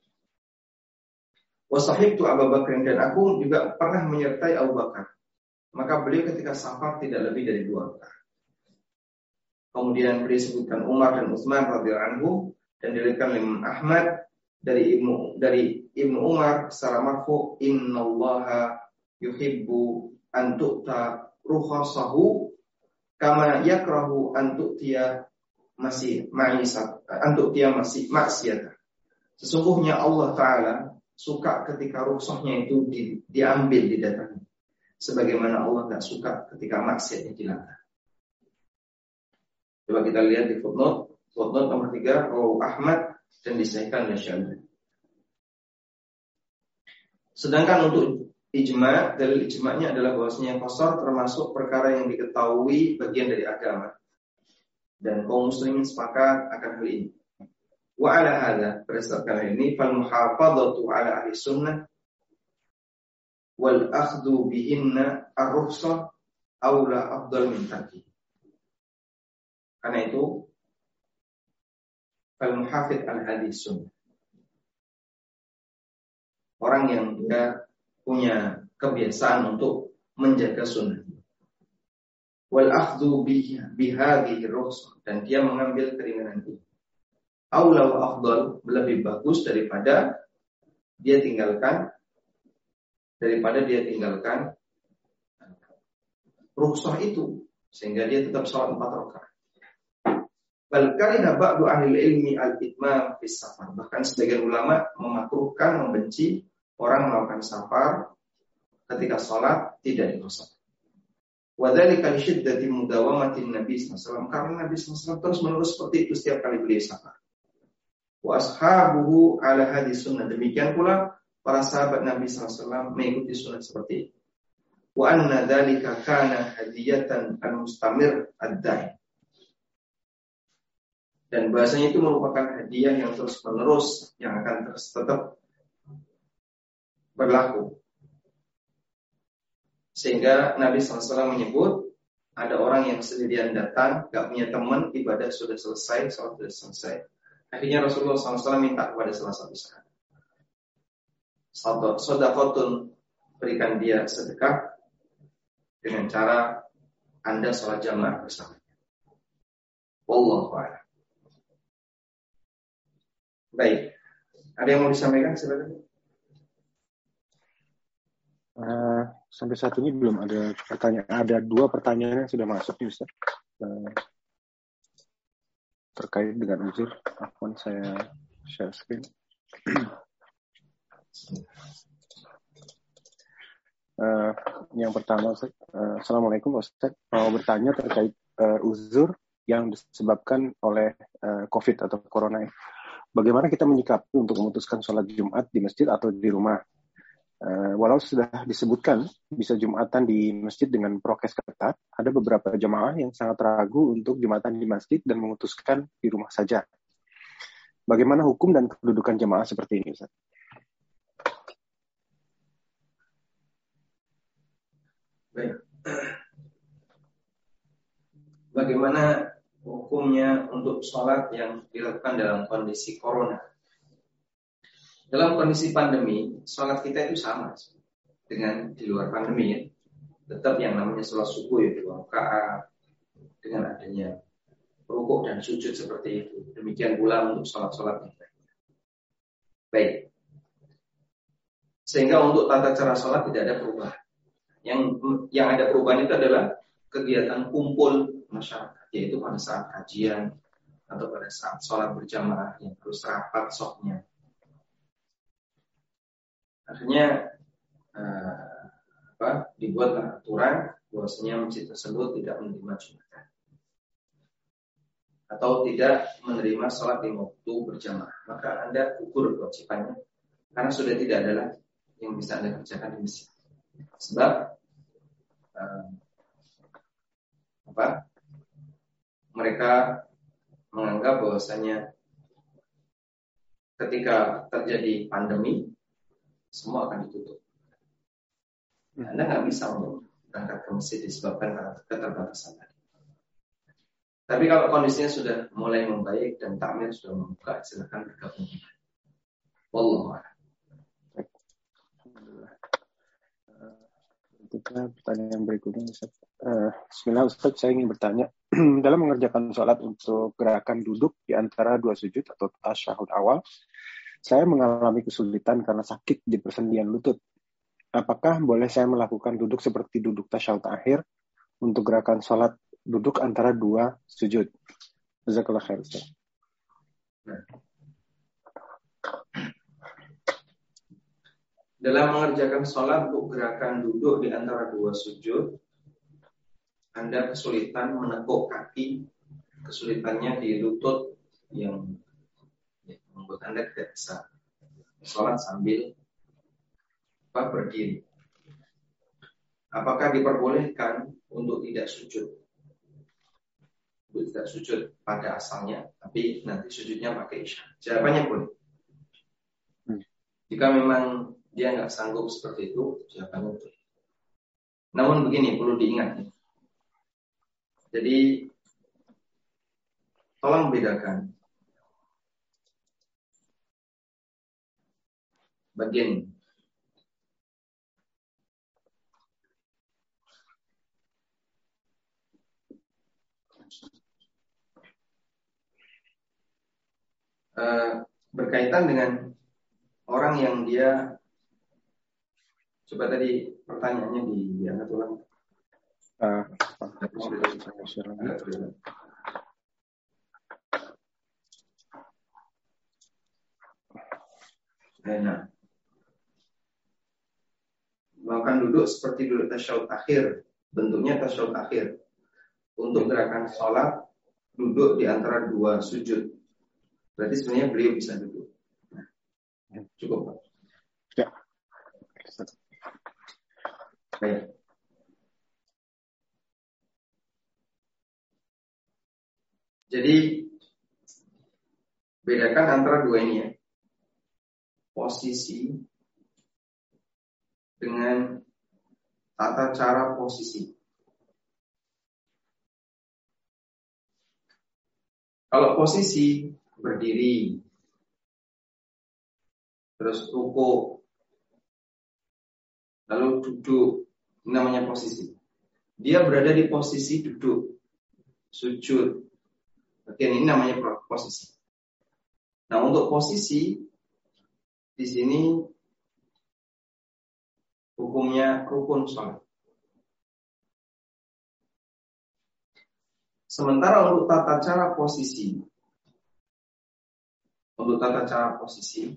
wa sahibtu Abu Bakrin, dan aku juga pernah menyertai Abu Bakar. Maka beliau ketika safar tidak lebih dari dua rakaat. Kemudian beliau sebutkan Umar dan Utsman radhiyallahu anhu, dan diriwayatkan Imam Ahmad dari Ibnu dari Ibnu Umar secara marfu, innallaha yuhibbu an tu'ta rukhasahu kama yakrahu an tu'tiya masih ma'isat an tu'tiya masih maksiat. Sesungguhnya Allah Ta'ala suka ketika rukhsahnya itu di, diambil, didatangi, sebagaimana Allah tidak suka ketika maksiatnya dilarang. Coba kita lihat di footnote footnote nomor tiga, Rawahu Ahmad dan disahihkan oleh Syalbani. Sedangkan untuk ijma, dalil ijma'nya adalah bahwasanya qasar termasuk perkara yang diketahui bagian dari agama, dan kaum muslimin sepakat akan hal ini. Wa ala hadza, berdasarkan hal ini, fal muhafadzatu ala ahli sunnah wal akhdhu bihinna ar-rukhsah aula afdal min tarki. Karena itu fal muhafidz al hadis sunnah, orang yang dia punya kebiasaan untuk menjaga sunnah, wal akhdhu bihadhihi rukhsah, dan dia mengambil keringanan itu, aula wa afdal, lebih bagus daripada dia tinggalkan daripada dia tinggalkan rukhsah itu sehingga dia tetap sholat empat rakaat. Bal kariha ba'du ahli ilmi al-itmam fis safar. Bahkan sebagian ulama memakruhkan, membenci orang melakukan safar ketika sholat tidak diqasar. Wa dzalika li syiddati mudawamatin Nabi sallallahu alaihi wasallam, karena Nabi sallallahu alaihi wasallam terus menerus seperti itu setiap kali beliau safar. Wa ashabuhu ala hadis sunnah. Demikian pula para sahabat Nabi sallallahu alaihi wasallam mengikuti sunnah seperti itu. Wa anna dzalika kana hadiyatan al-mustamir ad-daim. Dan bahasanya itu merupakan hadiah yang terus menerus, yang akan terus tetap berlaku. Sehingga Nabi sallallahu alaihi wasallam menyebut, ada orang yang sendirian datang, gak punya teman, ibadah sudah selesai, sholat sudah selesai. Akhirnya Rasulullah sallallahu alaihi wasallam minta kepada salah satu sahabat, Sodakotun, berikan dia sedekah dengan cara Anda sholat jamaah bersama. Wallahu a'lam. Baik, ada yang mau disampaikan? Silakan. Uh, sampai saat ini belum ada pertanyaan. Ada dua pertanyaan yang sudah masuk nih, Ustaz. Uh, terkait dengan uzur. Afwan, saya share screen. uh, yang pertama, Ustaz. Uh, Assalamualaikum, Ustaz. Mau bertanya terkait uh, uzur yang disebabkan oleh uh, COVID atau Corona. Bagaimana kita menyikapi untuk memutuskan sholat Jumat di masjid atau di rumah? Uh, walau sudah disebutkan bisa Jumatan di masjid dengan prokes ketat, ada beberapa jamaah yang sangat ragu untuk Jumatan di masjid dan memutuskan di rumah saja. Bagaimana hukum dan kedudukan jamaah seperti ini, Ustaz? Baik. Bagaimana hukumnya untuk sholat yang dilakukan dalam kondisi corona? Dalam kondisi pandemi, sholat kita itu sama dengan di luar pandemi ya. Tetap yang namanya sholat subuh ya, dua rakaat dengan adanya rukuk dan sujud seperti itu. Demikian pula untuk sholat-sholat yang lain. Baik. Sehingga untuk tata cara sholat tidak ada perubahan. Yang yang ada perubahan itu adalah kegiatan kumpul masyarakat, yaitu pada saat kajian atau pada saat sholat berjamaah yang harus rapat softnya. Akhirnya eh, apa, dibuatlah aturan bahwasanya masjid tersebut tidak menerima Jumatan atau tidak menerima sholat di waktu berjamaah. Maka Anda gugur kewajibannya karena sudah tidak ada lagi yang bisa Anda kerjakan di masjid. Sebab eh, apa? Mereka menganggap bahwasanya ketika terjadi pandemi semua akan ditutup. Anda nggak bisa berangkat ke masjid disebabkan karena keterbatasan tadi. Tapi kalau kondisinya sudah mulai membaik dan takmir sudah membuka, silakan bergabung. Wallahu a'lam. Kita pertanyaan berikutnya, Ustaz. Uh, Bismillah, Ustaz, saya ingin bertanya. Dalam mengerjakan sholat untuk gerakan duduk di antara dua sujud atau tasyahud awal, saya mengalami kesulitan karena sakit di persendian lutut. Apakah boleh saya melakukan duduk seperti duduk tasyahud akhir untuk gerakan sholat duduk antara dua sujud? Jazakallah khair, Ustaz. Dalam mengerjakan sholat untuk gerakan duduk di antara dua sujud, Anda kesulitan menekuk kaki, kesulitannya di lutut yang membuat Anda tidak bisa sholat sambil apa, berdiri. Apakah diperbolehkan untuk tidak sujud? Untuk tidak sujud pada asalnya, tapi nanti sujudnya pakai isyarat. Jawabannya boleh. Jika memang dia nggak sanggup seperti itu, jawabannya boleh. Namun begini, perlu diingat. Jadi, tolong bedakan bagian uh, berkaitan dengan orang yang dia, coba tadi pertanyaannya di diangkat ulang. Uh, sudah Nah, melakukan duduk seperti duduk tasyahud akhir, bentuknya tasyahud akhir. Untuk gerakan sholat, duduk di antara dua sujud. Berarti sebenarnya beliau bisa duduk. Nah, cukup Pak. Ya. Baik. Jadi bedakan antara dua ini ya. Posisi dengan tata cara posisi. Kalau posisi berdiri, terus ruku, lalu duduk, ini namanya posisi. Dia berada di posisi duduk, sujud. Bagian ini namanya posisi. Nah, untuk posisi di sini hukumnya rukun sholat. Sementara untuk tata cara posisi, untuk tata cara posisi,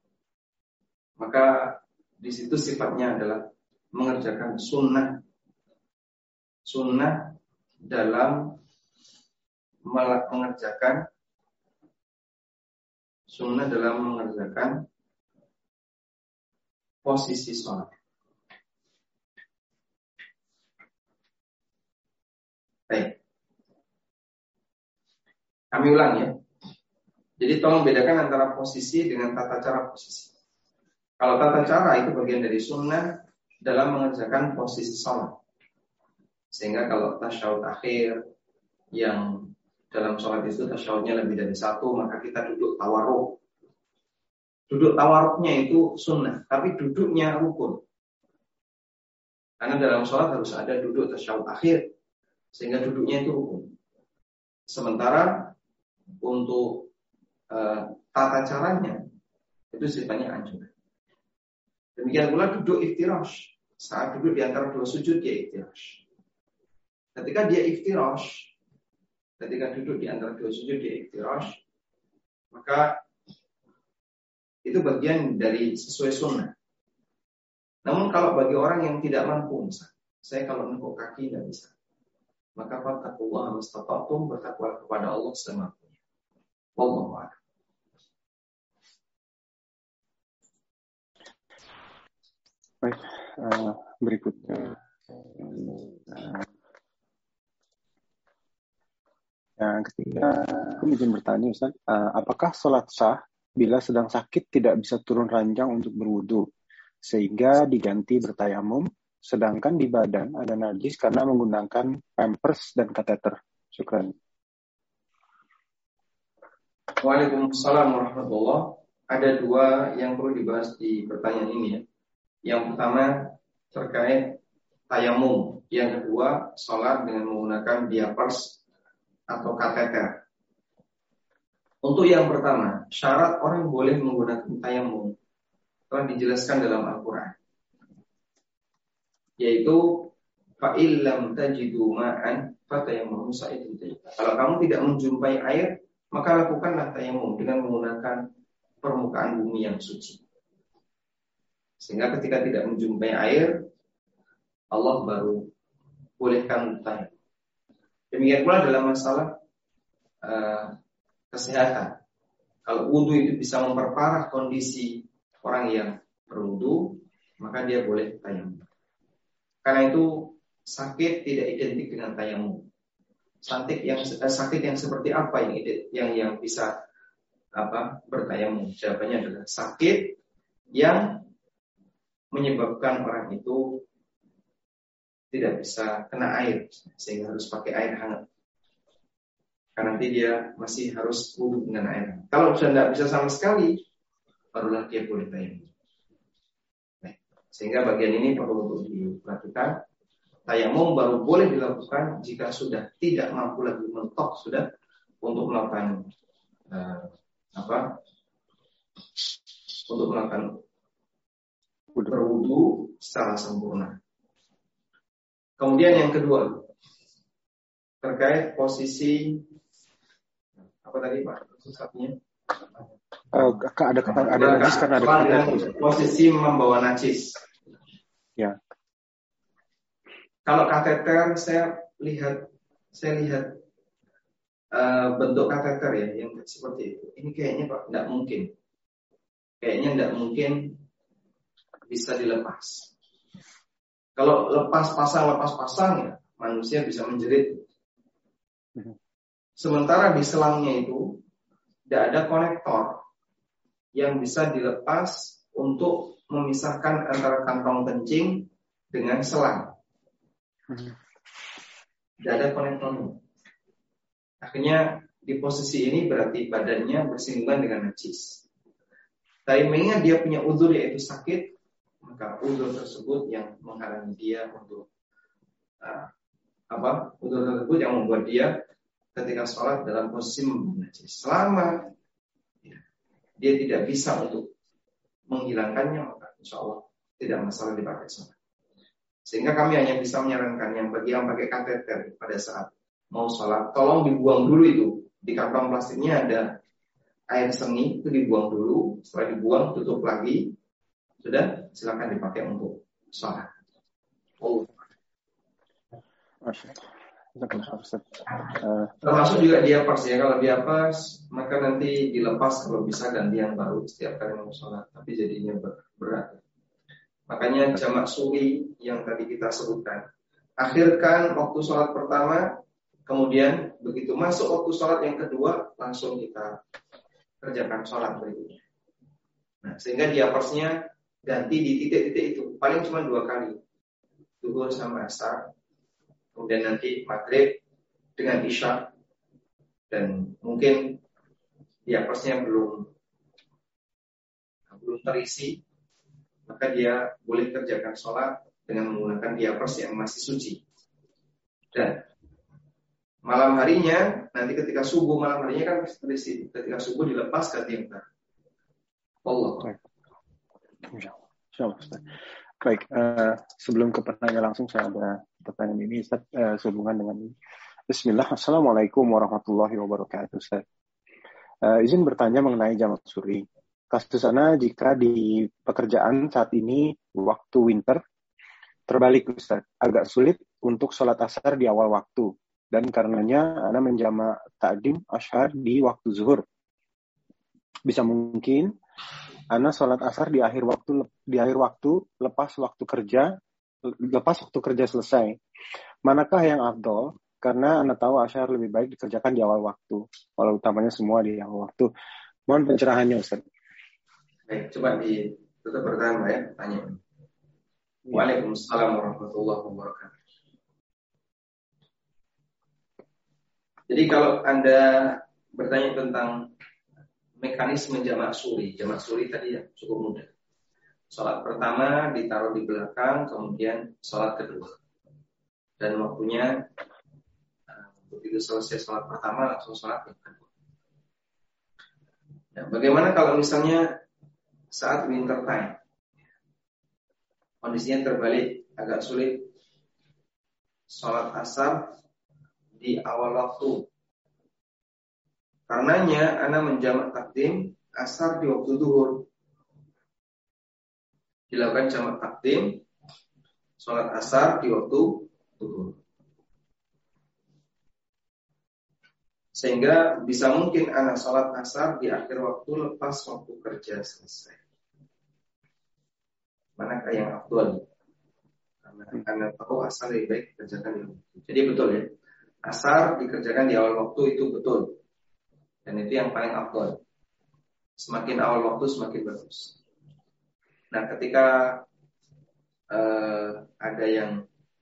maka di situ sifatnya adalah mengerjakan sunnah, sunnah dalam mengerjakan sunnah dalam mengerjakan posisi sholat. Baik. Kami ulang ya. Jadi tolong bedakan antara posisi dengan tata cara posisi. Kalau tata cara itu bagian dari sunnah dalam mengerjakan posisi sholat. Sehingga kalau tasyahud akhir yang dalam sholat itu tasyahudnya lebih dari satu, maka kita duduk tawarruk. Duduk tawarruknya itu sunnah, tapi duduknya rukun. Karena dalam sholat harus ada duduk tasyahud akhir, sehingga duduknya itu rukun. Sementara untuk uh, tata caranya itu sifatnya anjuran. Demikian pula duduk iftirash. Saat duduk di antara dua sujud dia iftirash. Ketika dia iftirash, ketika duduk di antara dua sujud dia iftirash, maka itu bagian dari sesuai sunnah. Namun kalau bagi orang yang tidak mampu, misalnya, saya kalau menekuk kaki tidak bisa, maka fattaqullaha mastata'tum, bertakwa kepada Allah semampunya. Wallahu a'lam. Baik, uh, berikutnya. Uh, yang ketiga, aku izin bertanya Ustaz, uh, apakah sholat sah bila sedang sakit tidak bisa turun ranjang untuk berwudu, sehingga diganti bertayamum, sedangkan di badan ada najis karena menggunakan pampers dan kateter? Syukran. Waalaikumsalam warahmatullahi wabarakatuh. Ada dua yang perlu dibahas di pertanyaan ini ya. Yang pertama terkait tayamum, yang kedua sholat dengan menggunakan diapers atau kateter. Untuk yang pertama, syarat orang boleh menggunakan tayamum telah dijelaskan dalam Al-Quran, yaitu fa'il lam tajidu ma'an fatayammamu sa'idan thayyiban. Kalau kamu tidak menjumpai air, maka lakukanlah tayamum dengan menggunakan permukaan bumi yang suci. Sehingga ketika tidak menjumpai air, Allah baru bolehkan tayamum. Demikian pula dalam masalah uh, kesehatan. Kalau wudu itu bisa memperparah kondisi orang yang berwudu, maka dia boleh tayamum. Karena itu sakit tidak identik dengan tayamum. Sakit yang eh, sakit yang seperti apa yang yang yang bisa apa bertayamum? Jawabannya adalah sakit yang menyebabkan orang itu tidak bisa kena air sehingga harus pakai air hangat. Karena nanti dia masih harus wudu dengan air. Kalau sudah tidak bisa sama sekali, barulah dia boleh tayamum. Nah, sehingga bagian ini perlu untuk diperhatikan. Tayamum baru boleh dilakukan jika sudah tidak mampu lagi mentok sudah untuk melakukan uh, apa? Untuk melakukan berwudu secara sempurna. Kemudian yang kedua, terkait posisi apa tadi Pak? Satunya? Uh, ada ada, ada najis karena ada kateter. Posisi membawa najis. Ya. Kalau kateter saya lihat saya lihat uh, bentuk kateter ya yang seperti itu. Ini kayaknya Pak tidak mungkin. Kayaknya tidak mungkin bisa dilepas. Kalau lepas pasang lepas pasang ya manusia bisa menjerit. Sementara di selangnya itu tidak ada konektor yang bisa dilepas untuk memisahkan antara kantong kencing dengan selang. Tidak ada konektornya. Akhirnya di posisi ini berarti badannya bersinggungan dengan najis. Tapi mengingat dia punya uzur yaitu sakit, maka uzur tersebut yang menghalangi dia untuk uh, apa? Uzur tersebut yang membuat dia ketika sholat dalam posisi membawa najis. Selama ya, dia tidak bisa untuk menghilangkannya, maka insya Allah tidak masalah dipakai sholat. Sehingga kami hanya bisa menyarankan yang bagi yang pakai kateter pada saat mau sholat, tolong dibuang dulu itu. Di kantong plastiknya ada air seni, itu dibuang dulu. Setelah dibuang, tutup lagi. Sudah, silakan dipakai untuk sholat. Oh. Uh, Termasuk juga diapers ya. Kalau diapers maka nanti dilepas kalau bisa ganti yang baru setiap kali mau sholat. Tapi jadinya berat. Makanya jamak suri yang tadi kita sebutkan, akhirkan waktu sholat pertama, kemudian begitu masuk waktu sholat yang kedua langsung kita kerjakan sholat berikutnya. Nah, sehingga diapersnya ganti di titik-titik itu paling cuma dua kali, zuhur sama asar. Kemudian nanti maghrib dengan isya, dan mungkin diapersnya belum belum terisi, maka dia boleh kerjakan sholat dengan menggunakan diapers yang masih suci. Dan malam harinya, nanti ketika subuh malam harinya kan masih terisi, ketika subuh dilepas ganti yang baru. Allah. Baik, uh, sebelum ke pertanyaan langsung saya ada pertanyaan ini Ustaz, uh, sehubungan dengan ini. Bismillah, Assalamualaikum warahmatullahi wabarakatuh Ustaz. Uh, izin bertanya mengenai jamak suri. Kasus ana jika di pekerjaan saat ini waktu winter terbalik Ustaz, agak sulit untuk sholat asar di awal waktu dan karenanya ana menjamak takdim asyhar di waktu zuhur. Bisa mungkin ana sholat asar di akhir waktu di akhir waktu lepas waktu kerja lepas waktu kerja selesai. Manakah yang afdol? Karena ana tahu asyhar lebih baik dikerjakan di awal waktu, walau utamanya semua di awal waktu. Mohon pencerahannya Ustaz. Baik, coba di tutup pertanyaan ya, tanya. Waalaikumsalam warahmatullahi wabarakatuh. Jadi kalau Anda bertanya tentang mekanisme jamak suri, jamak suri tadi ya cukup mudah. Salat pertama ditaruh di belakang, kemudian salat kedua. Dan waktunya begitu selesai salat pertama langsung salat yang kedua. Nah, bagaimana kalau misalnya saat winter time, kondisinya terbalik, agak sulit salat asar di awal waktu. Karenanya ana menjamak takdim asar di waktu zuhur. Dilakukan jamak takdim salat asar di waktu zuhur. Sehingga bisa mungkin ana salat asar di akhir waktu lepas waktu kerja selesai. Manakah yang afdal? Karena ana tahu asar lebih baik dikerjakan di waktu. Jadi betul ya. Asar dikerjakan di awal waktu itu betul. Dan itu yang paling afdal. Semakin awal waktu semakin bagus. Nah, ketika uh, ada yang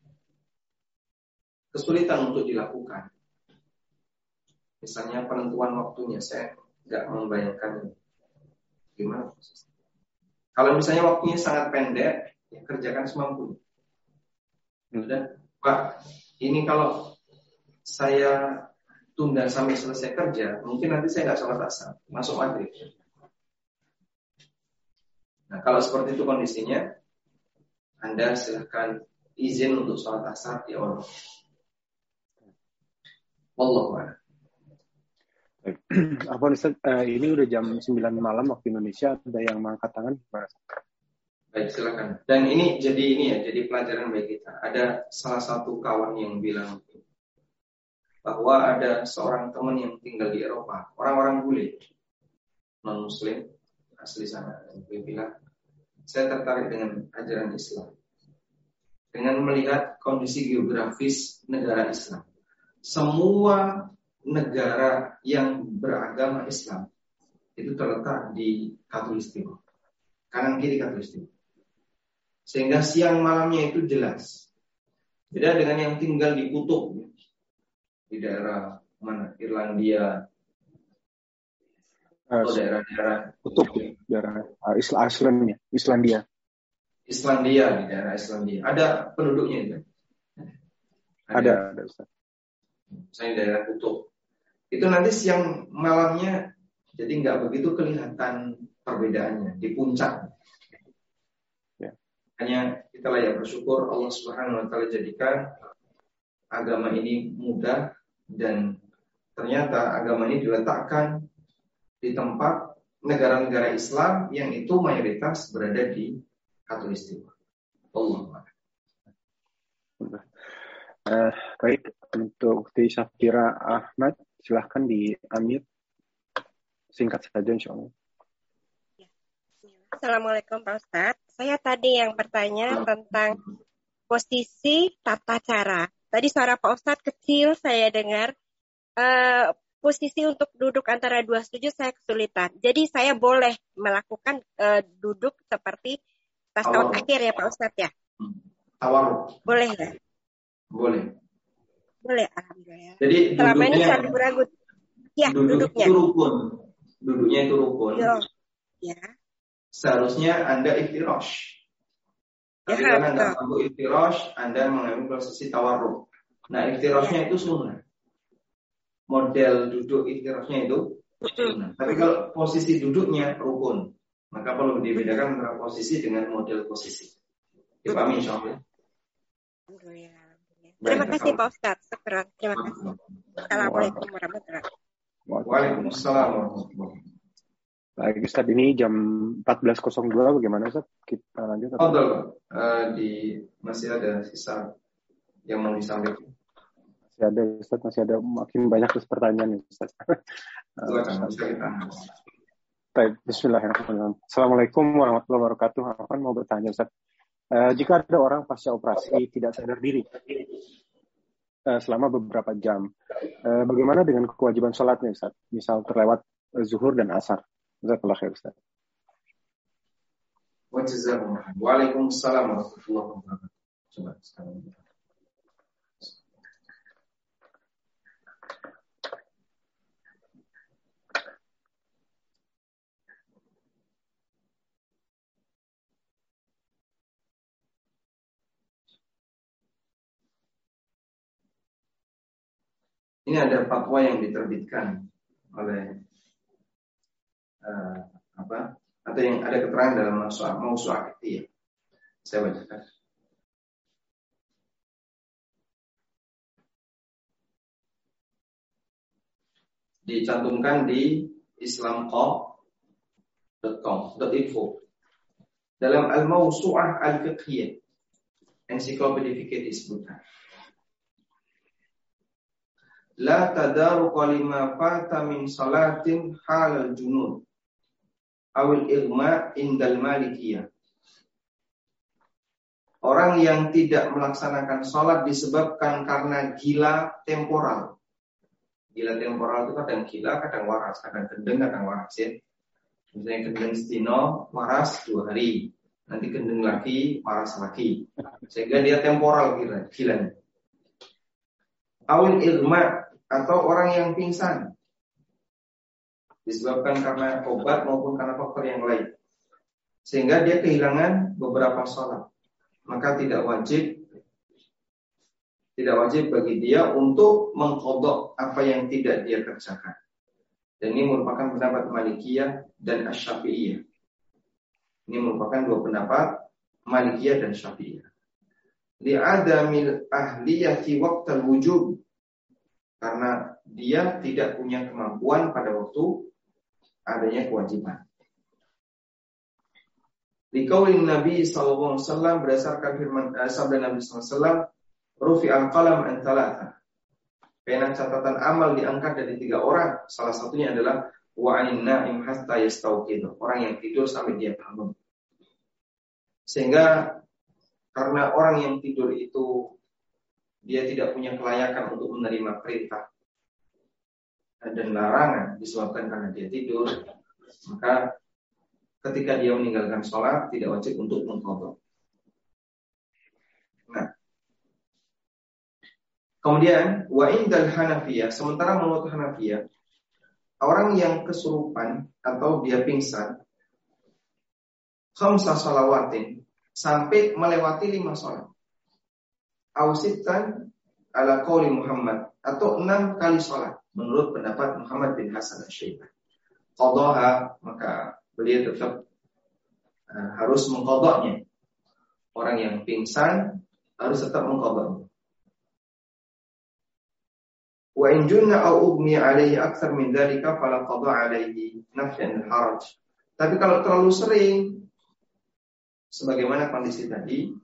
kesulitan untuk dilakukan, misalnya penentuan waktunya, saya nggak membayangkan gimana. Kalau misalnya waktunya sangat pendek, ya kerjakan semampunya. Sudah, Pak, ini kalau saya tunda sampai selesai kerja, mungkin nanti saya nggak sholat asar, masuk maghrib. Nah, kalau seperti itu kondisinya, Anda silahkan izin untuk sholat asar di awal. Wallahu a'lam. Apa Ustaz, uh, ini udah jam sembilan malam waktu Indonesia, ada yang mengangkat tangan? Baik, silakan. Dan ini jadi ini ya, jadi pelajaran bagi kita. Ada salah satu kawan yang bilang bahwa ada seorang teman yang tinggal di Eropa, orang-orang bule, non muslim, asli sana. Dia bilang, saya tertarik dengan ajaran Islam. Dengan melihat kondisi geografis negara Islam. Semua negara yang beragama Islam itu terletak di Khatulistiwa, kanan kiri Khatulistiwa, sehingga siang malamnya itu jelas. Beda dengan yang tinggal di kutub di daerah mana, Irlandia atau daerah-daerah kutub, daerah uh, Islandia, Islandia, Islandia di daerah Islandia ada penduduknya itu. Ada, ada, ada Ustaz. Saya daerah kutub. Itu nanti siang malamnya jadi nggak begitu kelihatan perbedaannya di puncak. Ya. Hanya kita layak bersyukur Allah Subhanahu Wa Taala jadikan agama ini mudah dan ternyata agama ini diletakkan di tempat negara-negara Islam yang itu mayoritas berada di Khatulistiwa. Allah. Uh, baik, untuk Ukti Syafira Ahmad, silahkan di unmute singkat saja insyaallah. Assalamualaikum Pak Ustadz. Saya tadi yang bertanya tentang posisi tata cara. Tadi suara Pak Ustadz kecil saya dengar. Uh, posisi untuk duduk antara dua sujud saya kesulitan. Jadi saya boleh melakukan uh, duduk seperti tasawuf akhir ya Pak Ustadz ya? Tawarruk. Boleh ya? Boleh. Boleh, alhamdulillah. Jadi selama ini duduknya, saya ragu-ragu. Ya, duduk duduknya. Itu rukun. Duduknya itu rukun. Yo. Ya. Seharusnya Anda iftirash. Tapi Ya, karena nggak mampu iftirash, Anda mengambil posisi tawarruk. Nah, iftirashnya ya. Itu sunnah. Model duduk iftirashnya itu sunnah. Tapi kalau posisi duduknya rukun, maka perlu dibedakan antara posisi dengan model posisi. Dipahami insyaallah. Alhamdulillah. Terima kasih Pak Ustadz. Terima kasih. Assalamualaikum warahmatullahi wabarakatuh. Waalaikumsalam warahmatullahi wabarakatuh. Baik Ustadz, ini jam empat belas nol dua bagaimana Ustadz? Kita lanjut. Oh, uh, di masih ada sisa yang mau disampaikan. Masih ada Ustadz, masih ada makin banyak pertanyaan Ustadz. Baik, bismillahirrahmanirrahim. Assalamualaikum warahmatullahi wabarakatuh. Afwan mau bertanya Ustadz. Uh, jika ada orang pasca operasi tidak sadar diri uh, selama beberapa jam, uh, bagaimana dengan kewajiban sholatnya Ustaz? Misal terlewat uh, zuhur dan asar. Jazakallahu khair Ustaz. Waalaikumsalam warahmatullahi wabarakatuh. Coba sekarang. Ini ada fatwa yang diterbitkan oleh uh, apa? Atau yang ada keterangan dalam mausu'ah mausu'ah fiqhiyah. Saya bacakan. Dicantumkan di islamqa dot com dot info dalam al-mausu'ah al-fiqhiyah, ensiklopedia fikih disebutkan. La tadaruqa lima fata min salatin halal junud awil igma indal malikiyah. Orang yang tidak melaksanakan sholat disebabkan karena gila temporal. Gila temporal itu kadang gila, kadang waras, kadang gendeng, kadang waras ya. Misalnya gendeng setino, waras dua hari. Nanti gendeng lagi, waras lagi. Sehingga dia temporal gila, gilanya. Awil igma atau orang yang pingsan disebabkan karena obat maupun karena faktor yang lain, sehingga dia kehilangan beberapa sholat, maka tidak wajib tidak wajib bagi dia untuk mengqadha apa yang tidak dia kerjakan. Dan ini merupakan pendapat Malikiyah dan Asy-Syafi'iyah. Ini merupakan dua pendapat Malikiyah dan Syafi'iyah. li'adamil ahliyati waqtal wujub, karena dia tidak punya kemampuan pada waktu adanya kewajiban. Liqaulin Nabi sallallahu alaihi wasallam, berdasarkan firman eh, sabda Nabi sallallahu alaihi wasallam, rufi'al qalam an thalatha. Pena catatan amal diangkat dari tiga orang. Salah satunya adalah wa'anin na'im hatta yastauqid, orang yang tidur sampai dia bangun. Sehingga karena orang yang tidur itu dia tidak punya kelayakan untuk menerima perintah dan larangan disebabkan karena dia tidur, maka ketika dia meninggalkan sholat tidak wajib untuk mengqadha. Nah, kemudian wa indal Hanafiyah, sementara menurut Hanafiyah, orang yang kesurupan atau dia pingsan khamsa shalawatin, sampai melewati lima sholat, ausitan ala qauli Muhammad, atau enam kali sholat menurut pendapat Muhammad bin Hasan Asy-Syaibani, qadhaha, maka beliau tetap uh, harus mengqadhanya. Orang yang pingsan harus tetap mengqadhanya. Wa in junna aw ugmi alaihi aktsar min dzalika fala qada alaihi nafyan haraj. Tapi kalau terlalu sering, sebagaimana kondisi tadi,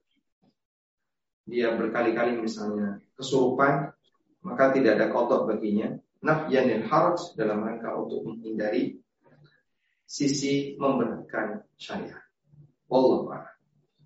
dia berkali-kali misalnya kesurupan, maka tidak ada qada baginya, nafyan haraj, dalam rangka untuk menghindari sisi membenarkan syariat. Wallahu a'lam.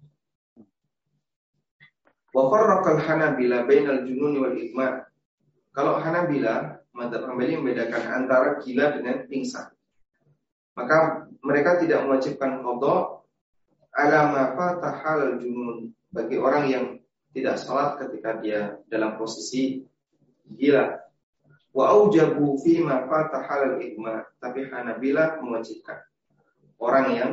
Wa farraqa al-Hanabila bainal junun wal igma. Kalau Hanabila, madzhab Hambali, membedakan antara gila dengan pingsan. Maka mereka tidak mewajibkan qada ala ma fatahal junun, bagi orang yang tidak salat ketika dia dalam posisi gila. Wa aujabu fi ma fatahal igma, tapi Hanabila mewajibkan orang yang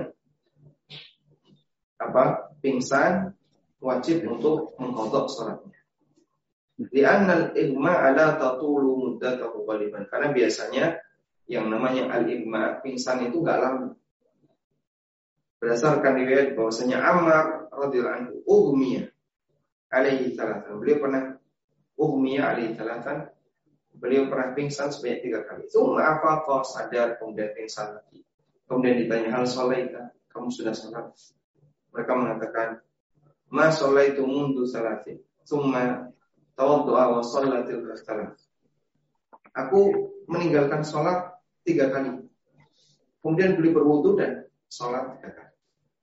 apa pingsan wajib untuk mengqadha salatnya. Li'anna al-igma ala tatulu muddatahu ghaliban, karena biasanya yang namanya al-igma, pingsan itu enggak lama. Berdasarkan riwayat bahwasanya Ammar radhiyallahu anhu ughmiya alaihi thalathan, beliau pernah ughmiya alaihi thalathan, beliau pernah pingsan sebanyak tiga kali. Tsumma afaqa, sadar, kemudian pingsan lagi. Kemudian ditanya, hal shalaita, kamu sudah salat? Mereka mengatakan, ma shalaitu mundu salatin, tsumma tawaddu'a wa shallatil salat. Aku meninggalkan salat tiga kali. Kemudian beliau berwudu dan salat tiga kali.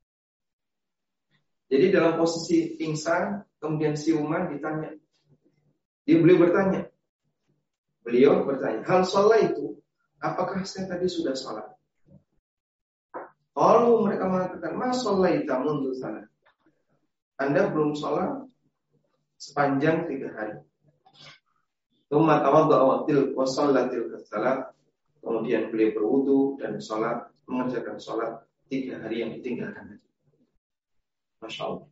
Jadi dalam posisi pingsan, kemudian siuman ditanya. Dia beliau bertanya. Beliau bertanya, hal sholat itu, apakah saya tadi sudah sholat? Kalau mereka mengatakan, ma sholat itu mundu salat, Anda belum sholat sepanjang tiga hari. Tsumma tawadda'a wa shallatil salat, kemudian beliau berwudu dan sholat, mengerjakan sholat tiga hari yang ditinggalkan tadi. Masya Allah.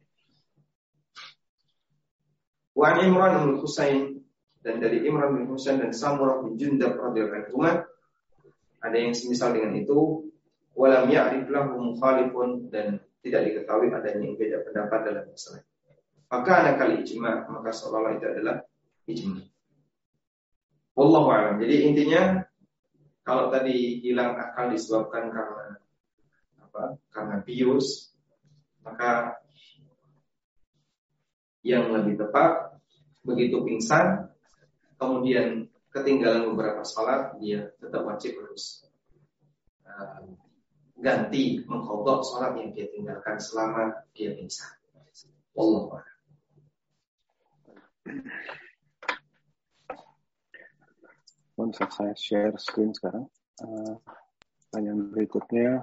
Wa Imran bin Husain, dan dari Imran bin Husain dan Samurah bin Jundab radhiyallahu anhu, ada yang semisal dengan itu, walam ya'rif lahu mukhalifun, dan tidak diketahui adanya yang beda pendapat dalam masalah. Maka ada kali ijma, maka seolah-olah itu adalah ijma. Wallahu a'lam. Jadi intinya, kalau tadi hilang akal disebabkan karena apa? Karena bius, maka yang lebih tepat, begitu pingsan kemudian ketinggalan beberapa salat, dia tetap wajib harus uh, ganti mengqadha salat yang dia tinggalkan selama dia pingsan. Wallahu a'lam. Bisa saya share screen sekarang. Uh, pertanyaan berikutnya.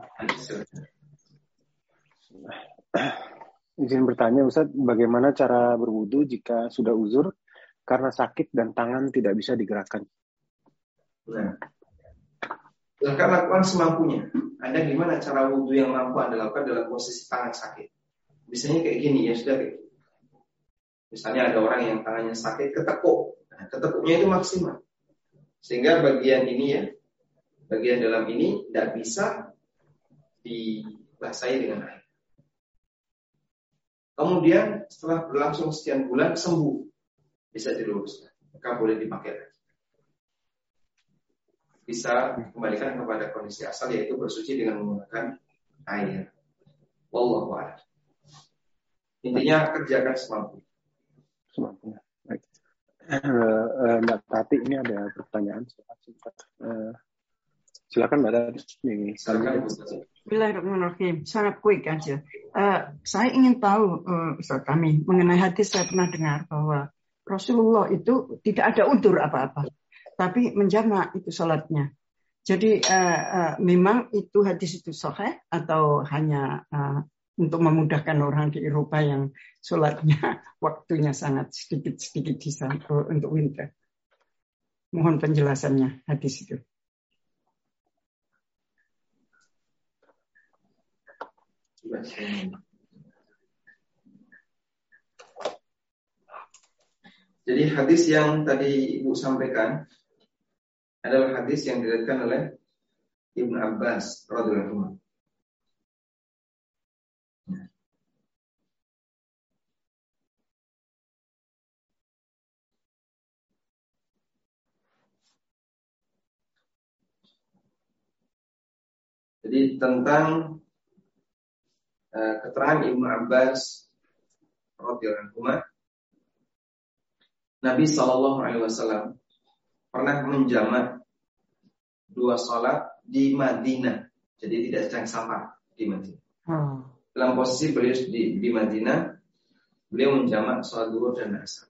Izin bertanya, Ustaz, bagaimana cara berwudu jika sudah uzur karena sakit dan tangan tidak bisa digerakkan? Nah, silakan lakukan semampunya. Anda gimana cara wudu yang mampu Anda lakukan dalam posisi tangan sakit? Biasanya kayak gini ya, sudah kayak gini. Misalnya ada orang yang tangannya sakit, ketekuk. Nah, ketekuknya itu maksimal. Sehingga bagian ini ya, bagian dalam ini tidak bisa dibasahi dengan air. Kemudian setelah berlangsung sekian bulan sembuh, bisa diluruskan, maka boleh dipakai lagi. Bisa kembalikan kepada kondisi asal, yaitu bersuci dengan menggunakan air. Wallahu a'lam. Intinya kerjakan semampu. Semampunya. Baik. Uh, uh, Mbak Tati, ini ada pertanyaan. Uh, silakan Mbak Tati. Silakan. Bismillahirrahmanirrahim. Sangat quick aja. Uh, saya ingin tahu, uh, Ustaz kami, mengenai hadis saya pernah dengar bahwa Rasulullah itu tidak ada udzur apa-apa, tapi menjamak itu salatnya. Jadi uh, uh, memang itu hadis itu sahih atau hanya uh, untuk memudahkan orang di Eropa yang salatnya waktunya sangat sedikit-sedikit di sana untuk winter. Mohon penjelasannya hadis itu. Jadi hadis yang tadi Ibu sampaikan adalah hadis yang diriwayatkan oleh Ibnu Abbas radhiyallahu anhu. Jadi tentang uh, keterangan Ibnu Abbas radhiyallahu anhu, Nabi shallallahu alaihi wasallam pernah menjamak dua salat di Madinah. Jadi tidak sedang safar di Madinah. Hmm. Dalam posisi beliau di, di Madinah, beliau menjamak salat zuhur dan asar.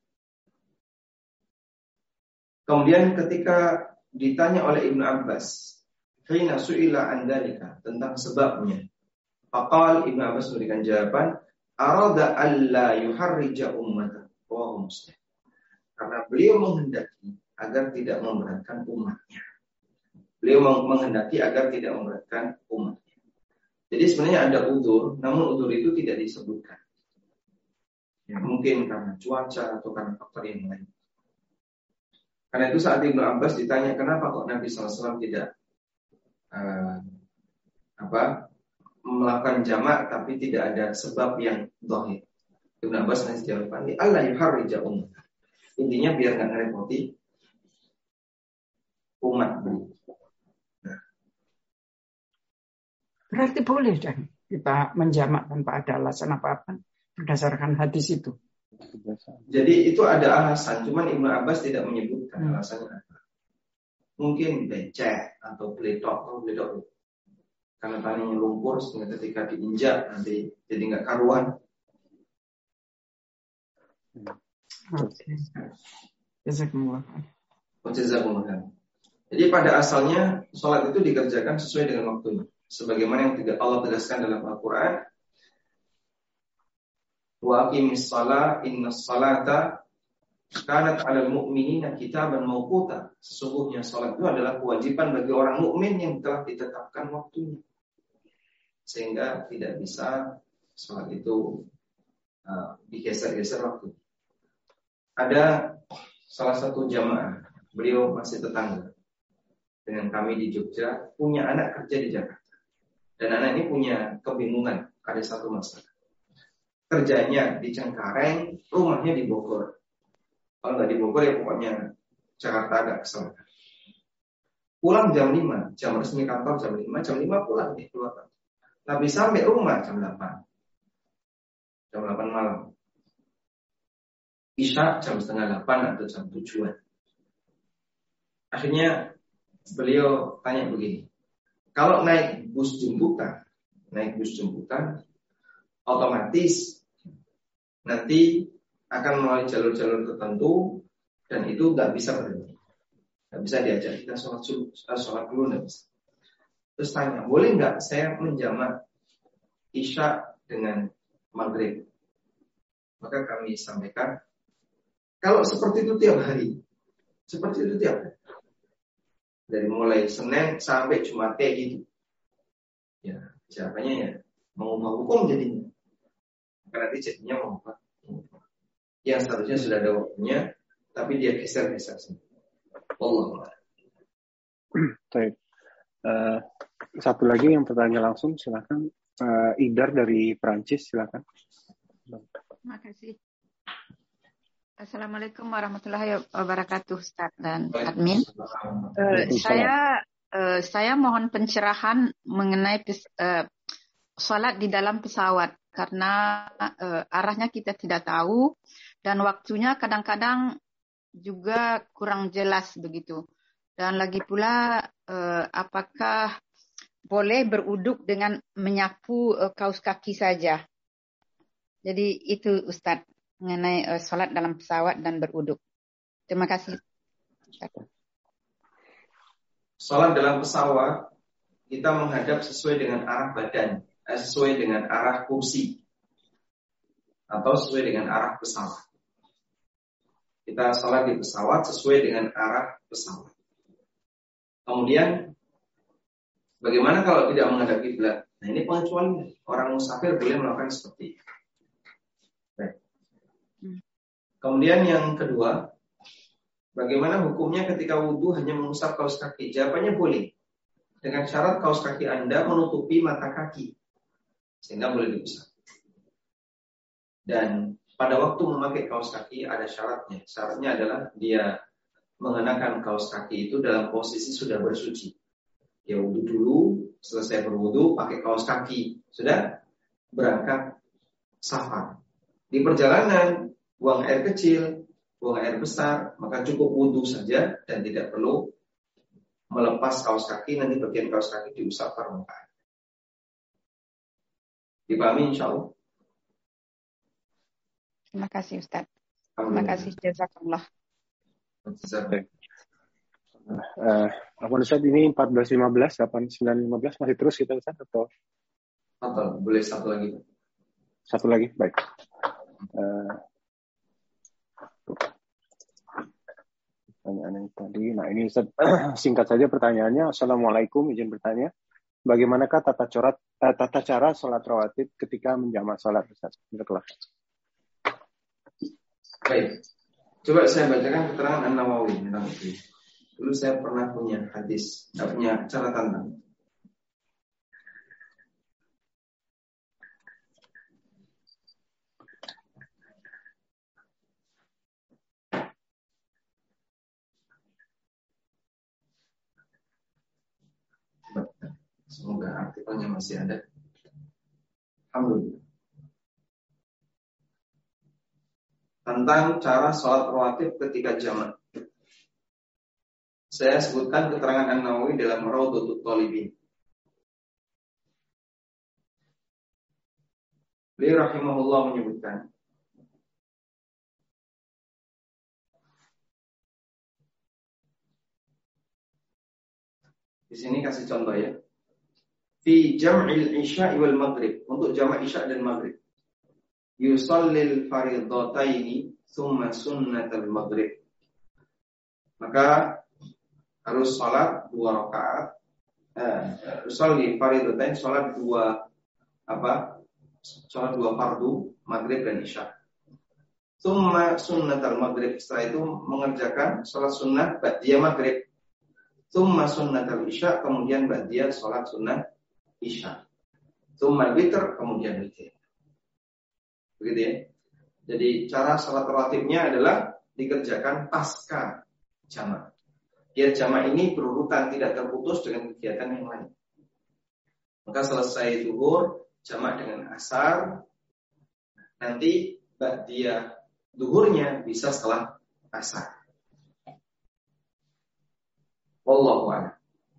Kemudian ketika ditanya oleh Ibnu Abbas, hina su'ila an dzalika, tentang sebabnya, faqal, Ibnu Abbas memberikan jawaban, arada alla yuharrija ummata wa Muslim. Karena beliau menghendaki agar tidak memberatkan umatnya. Beliau menghendaki agar tidak memberatkan umatnya. Jadi sebenarnya ada udzur, namun udzur itu tidak disebutkan. Ya, mungkin karena cuaca atau karena faktor yang lain. Karena itu saat Ibnu Abbas ditanya kenapa kok Nabi shallallahu alaihi wasallam tidak uh, apa melakukan jamak tapi tidak ada sebab yang dhahir. Ibnu Abbas ngasih jawaban, Allah yuharrija umat. Intinya biar nggak ngerepoti umat beliau. Nah. Berarti boleh dan kita menjamak tanpa ada alasan apa-apa berdasarkan hadis itu. Jadi itu ada alasan, cuman Ibnu Abbas tidak menyebutkan hmm. alasannya apa. Mungkin becek atau peletok atau peletok. Karena tanahnya lumpur sehingga ketika diinjak nanti jadi nggak karuan. Oke. Jazakumullah. Jazakumullah. Jadi pada asalnya sholat itu dikerjakan sesuai dengan waktunya. Sebagaimana yang Allah tegaskan dalam Al-Quran. Wa aqimis shalah innas salata kanat 'alal mu'minina kitaban mawquta. Sesungguhnya sholat itu adalah kewajiban bagi orang mukmin yang telah ditetapkan waktunya. Sehingga tidak bisa sholat itu uh, digeser-geser waktu. Ada salah satu jamaah, beliau masih tetangga dengan kami di Jogja, punya anak kerja di Jakarta. Dan anak ini punya kebingungan, ada satu masalah. Kerjanya di Cengkareng, rumahnya di Bogor. Kalau nggak di Bogor ya pokoknya Jakarta agak kesel. Pulang jam lima, jam resmi kantor jam lima, jam lima pulang nih keluar. Nggak bisa sampai rumah jam delapan. Jam delapan malam. Isya jam setengah delapan atau jam tujuan. Akhirnya beliau tanya begini, kalau naik bus jemputan, naik bus jemputan, otomatis nanti akan melalui jalur-jalur tertentu dan itu nggak bisa berhenti, nggak bisa diajak kita sholat dulu, sholat dulu nggak bisa. Terus tanya, boleh nggak saya menjamak isya dengan maghrib? Maka kami sampaikan, kalau seperti itu tiap hari, seperti itu tiap hari, dari mulai Senin sampai Jumat kayak gitu, ya jawabannya ya mengubah hukum jadinya. Karena nanti jadinya mengubah hukum. Yang seharusnya sudah ada waktunya, tapi dia geser-geser sini. Allah. Baik. Uh, satu lagi yang bertanya langsung, silakan. Uh, Idar dari Perancis, silakan. Terima kasih. Assalamualaikum warahmatullahi wabarakatuh, Ustaz dan admin. Uh, saya uh, saya mohon pencerahan mengenai pes, uh, salat di dalam pesawat karena uh, arahnya kita tidak tahu dan waktunya kadang-kadang juga kurang jelas begitu. Dan lagi pula uh, apakah boleh beruduk dengan menyapu uh, kaus kaki saja? Jadi itu Ustaz mengenai uh, salat dalam pesawat dan beruduk. Terima kasih. Salat dalam pesawat kita menghadap sesuai dengan arah badan, eh, sesuai dengan arah kursi, atau sesuai dengan arah pesawat. Kita salat di pesawat sesuai dengan arah pesawat. Kemudian, bagaimana kalau tidak menghadap kiblat? Nah, ini pengecualian. Orang musafir boleh melakukan seperti itu. Baik. Kemudian yang kedua, bagaimana hukumnya ketika wudhu hanya mengusap kaus kaki? Jawabannya boleh. Dengan syarat kaus kaki Anda menutupi mata kaki, sehingga boleh diusap. Dan pada waktu memakai kaus kaki ada syaratnya. Syaratnya adalah dia mengenakan kaus kaki itu dalam posisi sudah bersuci. Dia wudhu dulu, selesai berwudhu pakai kaus kaki, sudah berangkat safar. Di perjalanan buang air kecil, buang air besar, maka cukup wudhu saja dan tidak perlu melepas kaos kaki. Nanti bagian kaos kaki diusap permukaan. Dipahami insya Allah? Terima kasih Ustaz. Terima kasih, jazakallah. Uh, apa Ustaz ini empat belas lima belas, delapan sembilan lima belas masih terus kita Ustaz atau? Atau boleh satu lagi? Satu lagi, baik. Uh, pertanyaan yang tadi, nah ini Ustaz, singkat saja pertanyaannya. Assalamualaikum, izin bertanya, bagaimanakah tata cara uh, tata cara sholat rawatib ketika menjamak sholat Ustaz? Baiklah. Baik, coba saya bacakan keterangan An-Nawawi tentang itu. Dulu saya pernah punya hadis, tidak punya catatan. Semoga artikelnya masih ada. Alhamdulillah. Tentang cara sholat rawatib ketika jamak. Saya sebutkan keterangan An-Nawawi dalam Raudhatul Talibin. Beliau rahimahullah menyebutkan, di sini kasih contoh ya. Fi jam'il isya wal maghrib, untuk jamak isya dan maghrib. Yusallil faridataini thumma sunnatal maghrib. Maka harus salat dua rakaat. Eh, Yusalli faridatain, salat dua apa? Salat dua fardu, maghrib dan isya. Thumma sunnatal maghrib, setelah itu mengerjakan salat sunnah ba'diyah maghrib. Thumma sunnatal isya, kemudian ba'diyah salat sunnah isya. Thumma witr, kemudian witir. Begitu ya. Jadi cara salat rawatibnya adalah dikerjakan pasca jamak. Dia jamak ini berurutan, tidak terputus dengan kegiatan yang lain. Maka selesai zuhur, jamak dengan asar. Nanti ba'diyah zuhurnya bisa setelah asar. Wallahu a'lam.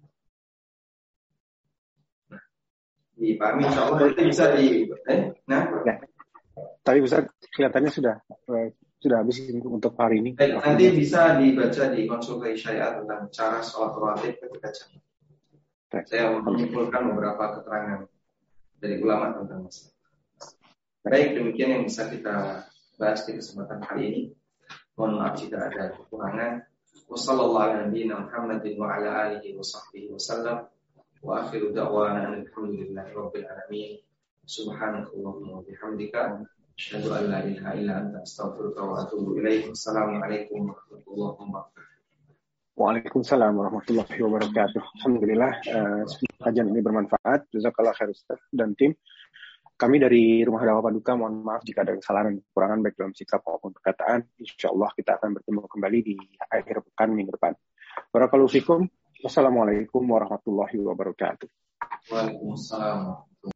Nah, dipahami insyaallah itu bisa di eh, nah, ya. Tapi bisa kelihatannya sudah uh, sudah habis untuk hari ini. Baik, nanti bisa dibaca di konsultasi syariat tentang cara sholat rawatib ketika jamak. Saya menyimpulkan beberapa keterangan dari ulama tentang masalah. Baik, demikian yang bisa kita bahas di kesempatan kali ini. Mohon maaf jika ada kekurangan. Wassalamualaikum warahmatullahi wabarakatuh. Wa akhiru da'wana alhamdulillahi rabbil alamin. Subhanakallahumma wa bihamdika asyhadu an la ilaha illa anta astaghfiruka wa atubu ilaik. Assalamualaikum warahmatullahi wabarakatuh. Waalaikumsalam warahmatullahi wabarakatuh. Alhamdulillah, uh, kajian ini bermanfaat. Jazakallah khair Ustaz dan tim. kami dari Rumah Dakwah Paduka mohon maaf jika ada kesalahan dan kekurangan baik dalam sikap maupun perkataan. Insya Allah kita akan bertemu kembali di akhir pekan minggu depan. Barakallahu fikum. Wassalamualaikum warahmatullahi wabarakatuh. Waalaikumsalam.